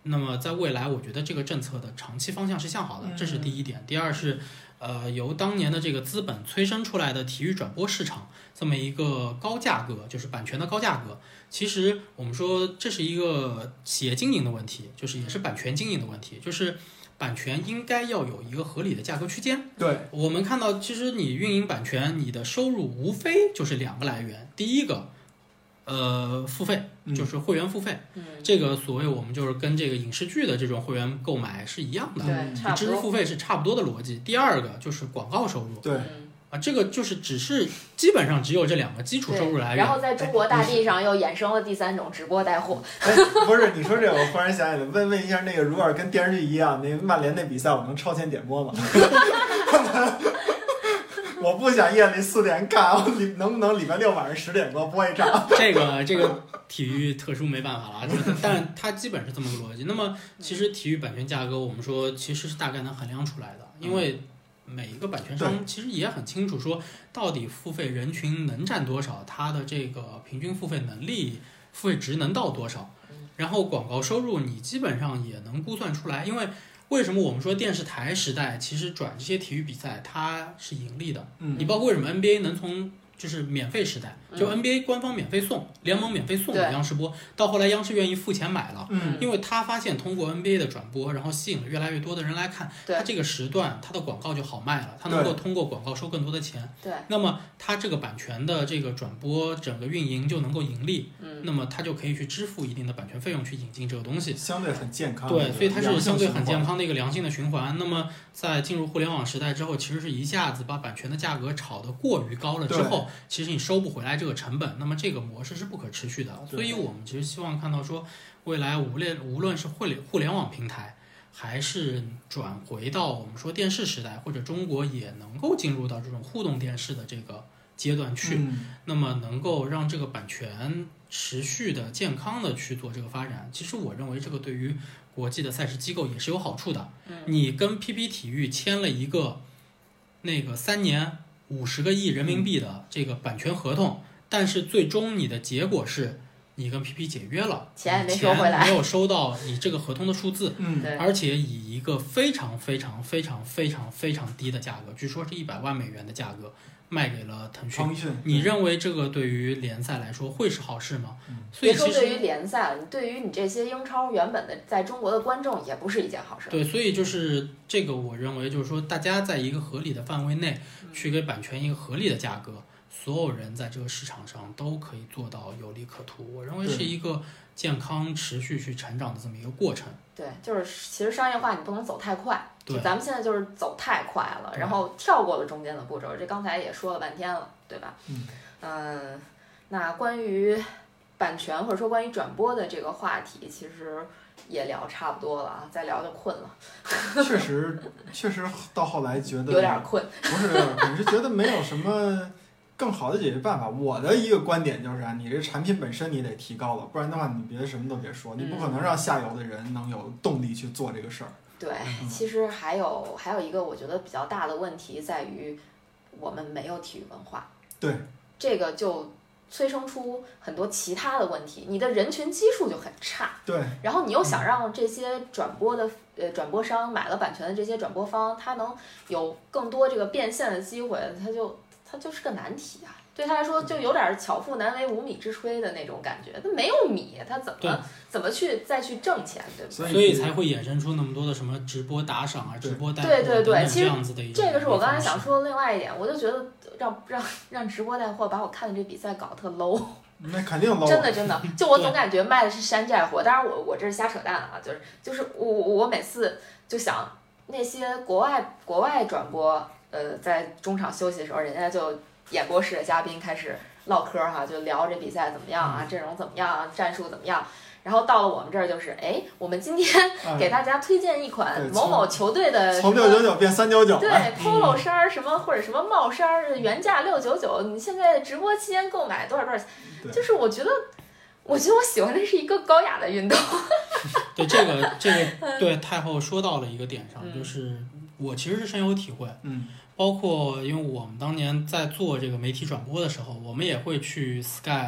那么在未来，我觉得这个政策的长期方向是向好的，这是第一点。第二是，由当年的这个资本催生出来的体育转播市场这么一个高价格，就是版权的高价格。其实我们说这是一个企业经营的问题，就是也是版权经营的问题，就是版权应该要有一个合理的价格区间。 对， 我们看到，其实你运营版权，你的收入无非就是2个来源，第一个。付费就是会员付费，这个所谓我们就是跟这个影视剧的这种会员购买是一样的， 对， 知识付费是差不多的逻辑。第二个就是广告收入， 对， 这个就是只是基本上只有这2个基础收入来源。 然后在中国大地上又衍生了第3种直播带货。 不是你说这个，我忽然想起来，问一下那个，如果跟电视剧一样，那个曼联那比赛，我能超前点播吗？我不想夜里4点看，我能不能礼拜6晚上10点给我播一场？ 这个体育特殊没办法了，但它基本是这么个逻辑。那么其实体育版权价格，我们说其实是大概能衡量出来的，因为每一个版权商其实也很清楚说，到底付费人群能占多少，它的这个平均付费能力、付费值能到多少，然后广告收入你基本上也能估算出来，因为。为什么我们说电视台时代其实转这些体育比赛它是盈利的？你包括为什么 NBA 能从就是免费时代，就 NBA 官方免费送，联盟免费送给央视播，到后来央视愿意付钱买了，因为他发现通过 NBA 的转播，然后吸引了越来越多的人来看，他这个时段他的广告就好卖了，他能够通过广告收更多的钱。 对， 那么他这个版权的这个转播整个运营就能够盈利，那么他就可以去支付一定的版权费用去引进这个东西， 相对很健康。 对，所以它是相对很健康的一个良性的循环。那么在进入互联网时代之后，其实是一下子把版权的价格炒得过于高了之后，其实你收不回来这个成本，那么这个模式是不可持续的。所以我们其实希望看到说，未来无论是互联网平台，还是转回到我们说电视时代，或者中国也能够进入到这种互动电视的这个阶段去，那么能够让这个版权持续的健康的去做这个发展。其实我认为这个对于国际的赛事机构也是有好处的。你跟 PP 体育签了一个那个3年50个亿人民币的这个版权合同，但是最终你的结果是你跟 PP 解约了， 钱没收回来， 没有收到你这个合同的数字，而且以一个非常非常非常非常非常低的价格，据说是100万美元的价格卖给了腾讯。你认为这个对于联赛来说会是好事吗？所以别说对于联赛了，对于你这些英超原本的在中国的观众也不是一件好事。 对，所以就是这个，我认为就是说，大家在一个合理的范围内去给版权一个合理的价格，所有人在这个市场上都可以做到有利可图。我认为是一个健康持续去成长的这么一个过程。 对，就是其实商业化你不能走太快，就咱们现在就是走太快了，然后跳过了中间的步骤，这刚才也说了半天了，对吧？那关于版权或者说关于转播的这个话题，其实也聊差不多了啊，再聊就困了。 确实到后来觉得有点困， 不是有点困，是觉得没有什么更好的解决办法。我的一个观点就是啊，你这产品本身你得提高了，不然的话你别的什么都别说，你不可能让下游的人能有动力去做这个事儿。 对，其实还有一个我觉得比较大的问题在于我们没有体育文化。 对， 这个就催生出很多其他的问题，你的人群基数就很差。 对， 然后你又想让这些转播的转播商买了版权的这些转播方，他能有更多这个变现的机会，它就是个难题啊。对他来说，就有点巧妇难为无米之炊的那种感觉。他没有米，他怎么去再去挣钱，对吧？ 所以才会衍生出那么多的什么直播打赏啊、直播带货对， 这样子的一个。 这个是我刚才想说的另外一点，我就觉得让直播带货把我看的这比赛搞得特 low。 那肯定 low。 真的，就我总感觉卖的是山寨货。当然我这是瞎扯淡啊，就是我每次就想那些国外转播，在中场休息的时候，人家就演播室的嘉宾开始唠嗑哈，就聊这比赛怎么样啊，阵容怎么样啊，战术怎么样。然后到了我们这儿就是，我们今天给大家推荐一款某某球队的从699变399， 对 ，polo 衫什么或者什么帽衫，原价699，你现在直播期间购买多少钱？就是我觉得我喜欢的是一个高雅的运动。 对这个对太后说到了一个点上，就是我其实是深有体会，包括因为我们当年在做这个媒体转播的时候，我们也会去 Sky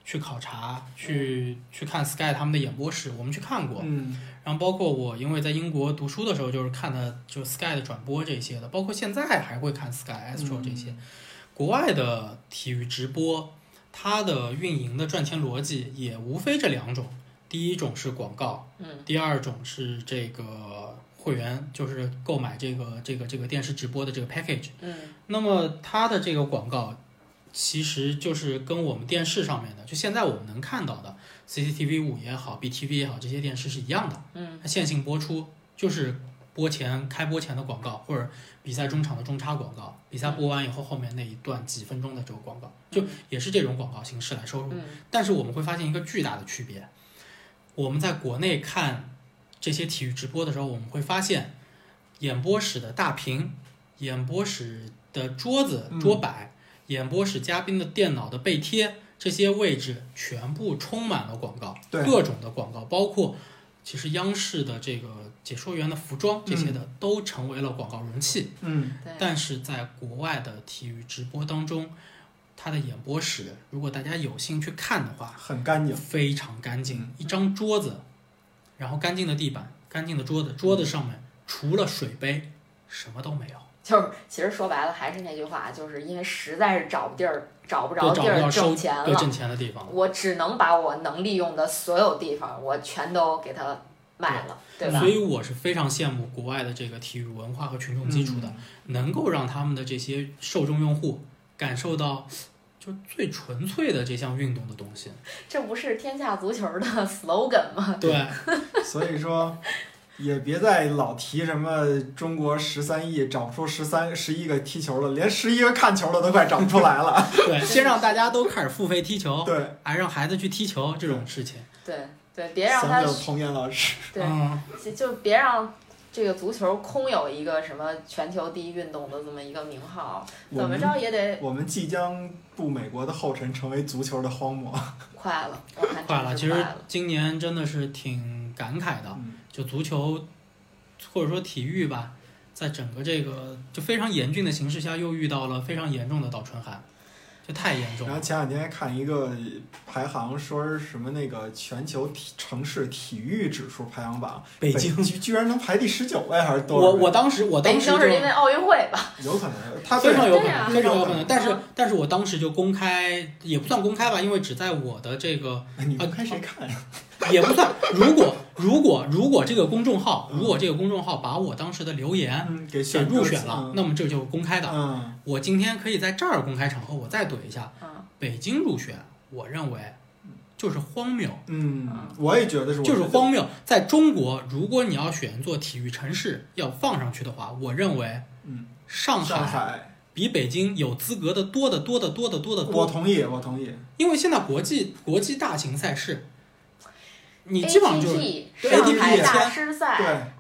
去考察，去看 Sky 他们的演播室，我们去看过。然后包括我因为在英国读书的时候，就是看的就 Sky 的转播这些的，包括现在还会看 Sky、Astro 这些。国外的体育直播，它的运营的赚钱逻辑也无非这2种，第一种是广告，第二种是这个会员，就是购买这个电视直播的这个 package。那么它的这个广告其实就是跟我们电视上面的，就现在我们能看到的 CCTV5 也好 BTV 也好，这些电视是一样的。它线性播出，就是开播前的广告，或者比赛中场的中插广告，比赛播完以后后面那一段几分钟的这个广告，就也是这种广告形式来收入。但是我们会发现一个巨大的区别，我们在国内看这些体育直播的时候，我们会发现演播室的大屏、演播室的桌子桌摆、演播室嘉宾的电脑的背贴，这些位置全部充满了广告，各种的广告，包括其实央视的这个解说员的服装这些的，都成为了广告容器。但是在国外的体育直播当中，它的演播室，如果大家有心去看的话， 很干净， 非常干净，一张桌子，然后干净的地板，干净的桌子，桌子上面除了水杯什么都没有。 就是其实说白了还是那句话，就是因为实在是找不着地儿挣钱了， 挣钱的地方， 我只能把我能利用的所有地方，我全都给它卖了，对吧？ 所以我是非常羡慕国外的这个体育文化和群众基础的，能够让他们的这些受众用户感受到就最纯粹的这项运动的东西。 这不是天下足球的 slogan 吗？ 对， 所以说也别再老提什么中国13亿找不出11个踢球了，连11个看球的都快找不出来了。 对，先让大家都开始付费踢球， 对， 还让孩子去踢球这种事情。 对，别让他童年老师。 对，就别让这个足球空有一个什么全球第一运动的这么一个名号，怎么着也得。 我们即将步美国的后尘，成为足球的荒漠。 快了，我看快了。其实今年真的是挺感慨的，就足球或者说体育吧，在整个这个就非常严峻的形势下，又遇到了非常严重的倒春寒。这太严重了。 然后前两天还看一个排行，说是什么那个全球城市体育指数排行榜， 北京居然能排第19位还是多少位？ 我当时北京是因为奥运会吧？ 有可能，他非常有可能，非常有可能。但是我当时就公开，也不算公开吧，因为只在我的这个你公开谁看呀？ 也不算。如果这个公众号，把我当时的留言给入选了，那么这就是公开的。我今天可以在这儿公开场合我再怼一下。北京入选，我认为就是荒谬。 我也觉得是， 就是荒谬。在中国，如果你要选做体育城市要放上去的话，我认为，上海比北京有资格的多得多。我同意。 因为现在国际大型赛事，你基本上就是 ATP 大师赛、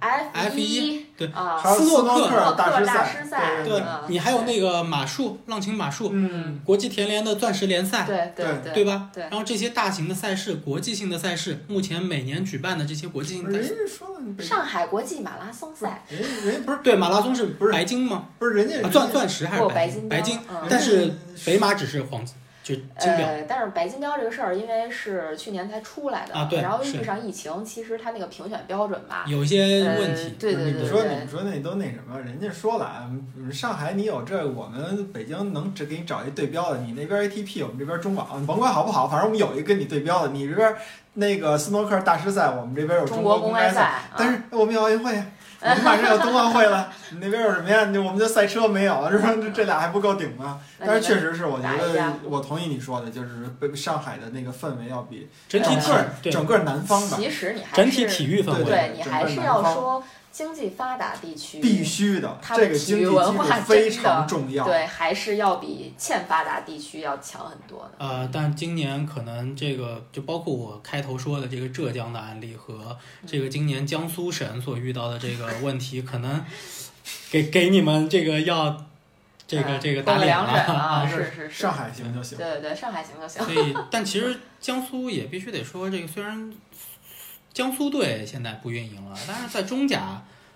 F1，对， 斯诺克大师赛， 对，你还有那个马术，浪琴马术，国际田联的钻石联赛，对吧？ 对。 然后这些大型的赛事、国际性的赛事，目前每年举办的这些国际性赛事， 上海国际马拉松赛， 人家不是对马拉松是白金吗？ 不是人家钻石还是白金？但是北马只是黄金。金标， 但是白金标这个事儿，因为是去年才出来的， 对， 然后遇上疫情，其实它那个评选标准吧， 有一些问题。 对。 你们说那都那什么？人家说了，上海你有这，我们北京能只给你找一对标的，你那边 ATP，我们这边中网，你甭管好不好，反正我们有一个跟你对标的。你这边那个斯诺克大师赛，我们这边有中国公开赛， 但是我们有奥运会呀。我们马上有冬奥会了，你那边有什么呀？我们的赛车没有，是吧？这俩还不够顶吗？但是确实是，我觉得我同意你说的，就是上海的那个氛围要比整个南方吧。 其实你还是整体体育氛围， 对你还是要说经济发达地区必须的， 它的体育文化非常重要。 对，还是要比欠发达地区要强很多的。 但今年可能这个就包括我开头说的这个浙江的案例和这个今年江苏省所遇到的这个问题，可能给你们这个要这个打脸了。是上海行就行。 对，上海行就行。 所以，但其实江苏也必须得说，这个虽然江苏队现在不运营了，但是在中甲，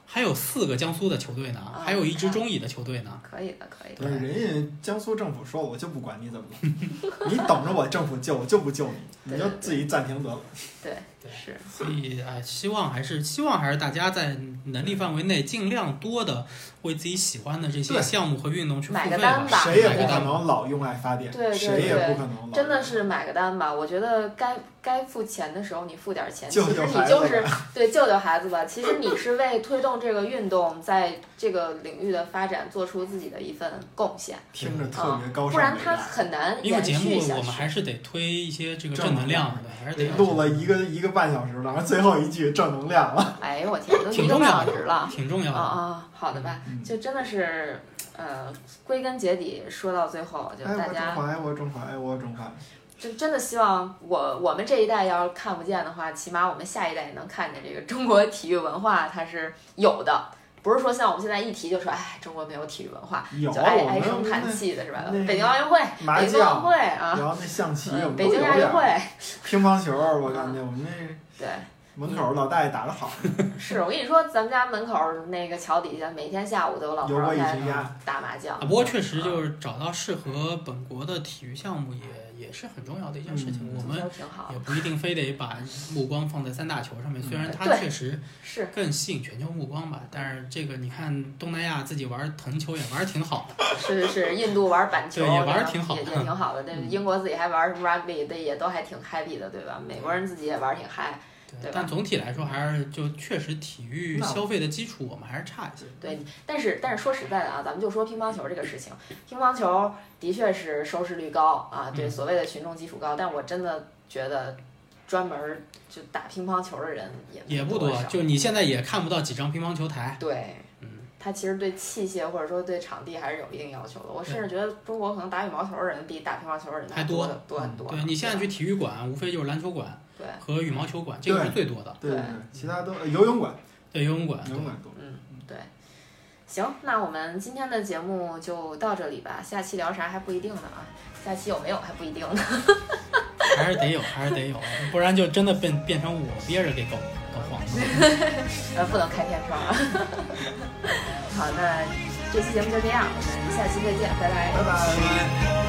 还有4个江苏的球队呢，还有1支中乙的球队呢。 可以的，可以的。 对，人家江苏政府说，我就不管你怎么了，你等着我政府救，我就不救你，你就自己暂停得了。 对，是。 所以希望还是大家在能力范围内尽量多的为自己喜欢的这些项目和运动去付费吧。 买个单吧， 谁也不可能老用爱发电， 对， 谁也不可能老。 真的是买个单吧，我觉得该付钱的时候你付点钱， 其实你就是对救救孩子吧。其实你是为推动这个运动在这个领域的发展做出自己的一份贡献， 听着特别高尚， 不然它很难延续下去。 因为节目我们还是得推一些这个正能量的，还是得录了一个半小时了，然后最后一句正能量了。 哎呦我天，都1个半小时了， 挺重要的啊！好的吧，就真的是归根结底说到最后，就大家爱我中华，爱我中华。 就真的希望我们这一代要是看不见的话，起码我们下一代也能看见这个中国体育文化它是有的，不是说像我们现在一提就说哎中国没有体育文化，就唉声叹气的是吧？北京奥运会、北京奥运会啊， 然后那象棋， 北京亚运会、 乒乓球，我感觉我们那对。 门口老大爷打得好， 是我跟你说，咱们家门口那个桥底下，每天下午都有老头儿在打麻将。 不过确实就是找到适合本国的体育项目也是很重要的一件事情。我们也不一定非得把目光放在3大球上面，虽然它确实是更吸引全球目光吧，但是这个你看东南亚自己玩藤球也玩挺好的。 是，印度玩板球也玩挺好， 也挺好的。英国自己还玩 rugby， 也都还挺 happy 的，对吧？美国人自己也玩挺嗨。 但总体来说，还是就确实体育消费的基础我们还是差一些。 对，但是说实在的啊，咱们就说乒乓球这个事情，乒乓球的确是收视率高啊，对所谓的群众基础高，但我真的觉得专门就打乒乓球的人也不多，就你现在也看不到几张乒乓球台。 对，他其实对器械或者说对场地还是有一定要求的。我甚至觉得中国可能打羽毛球的人比打乒乓球的人还多很多。 对，你现在去体育馆，无非就是篮球馆和羽毛球馆，这个是最多的。 对，其他都游泳馆。 对，游泳馆多。 对。行，那我们今天的节目就到这里吧。下期聊啥还不一定呢啊，下期有没有还不一定呢。 还是得有，不然就真的变成我憋着给搞黄了。 不能开天窗啊。好，那这期节目就这样，我们下期再见，拜拜， 拜拜。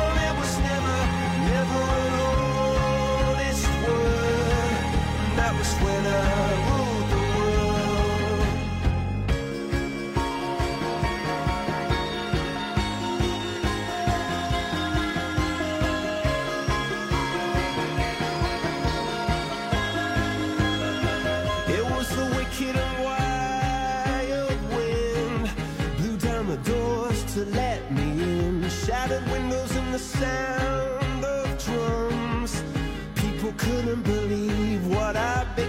To let me in, shattered windows and the sound of drums. People couldn't believe what I've been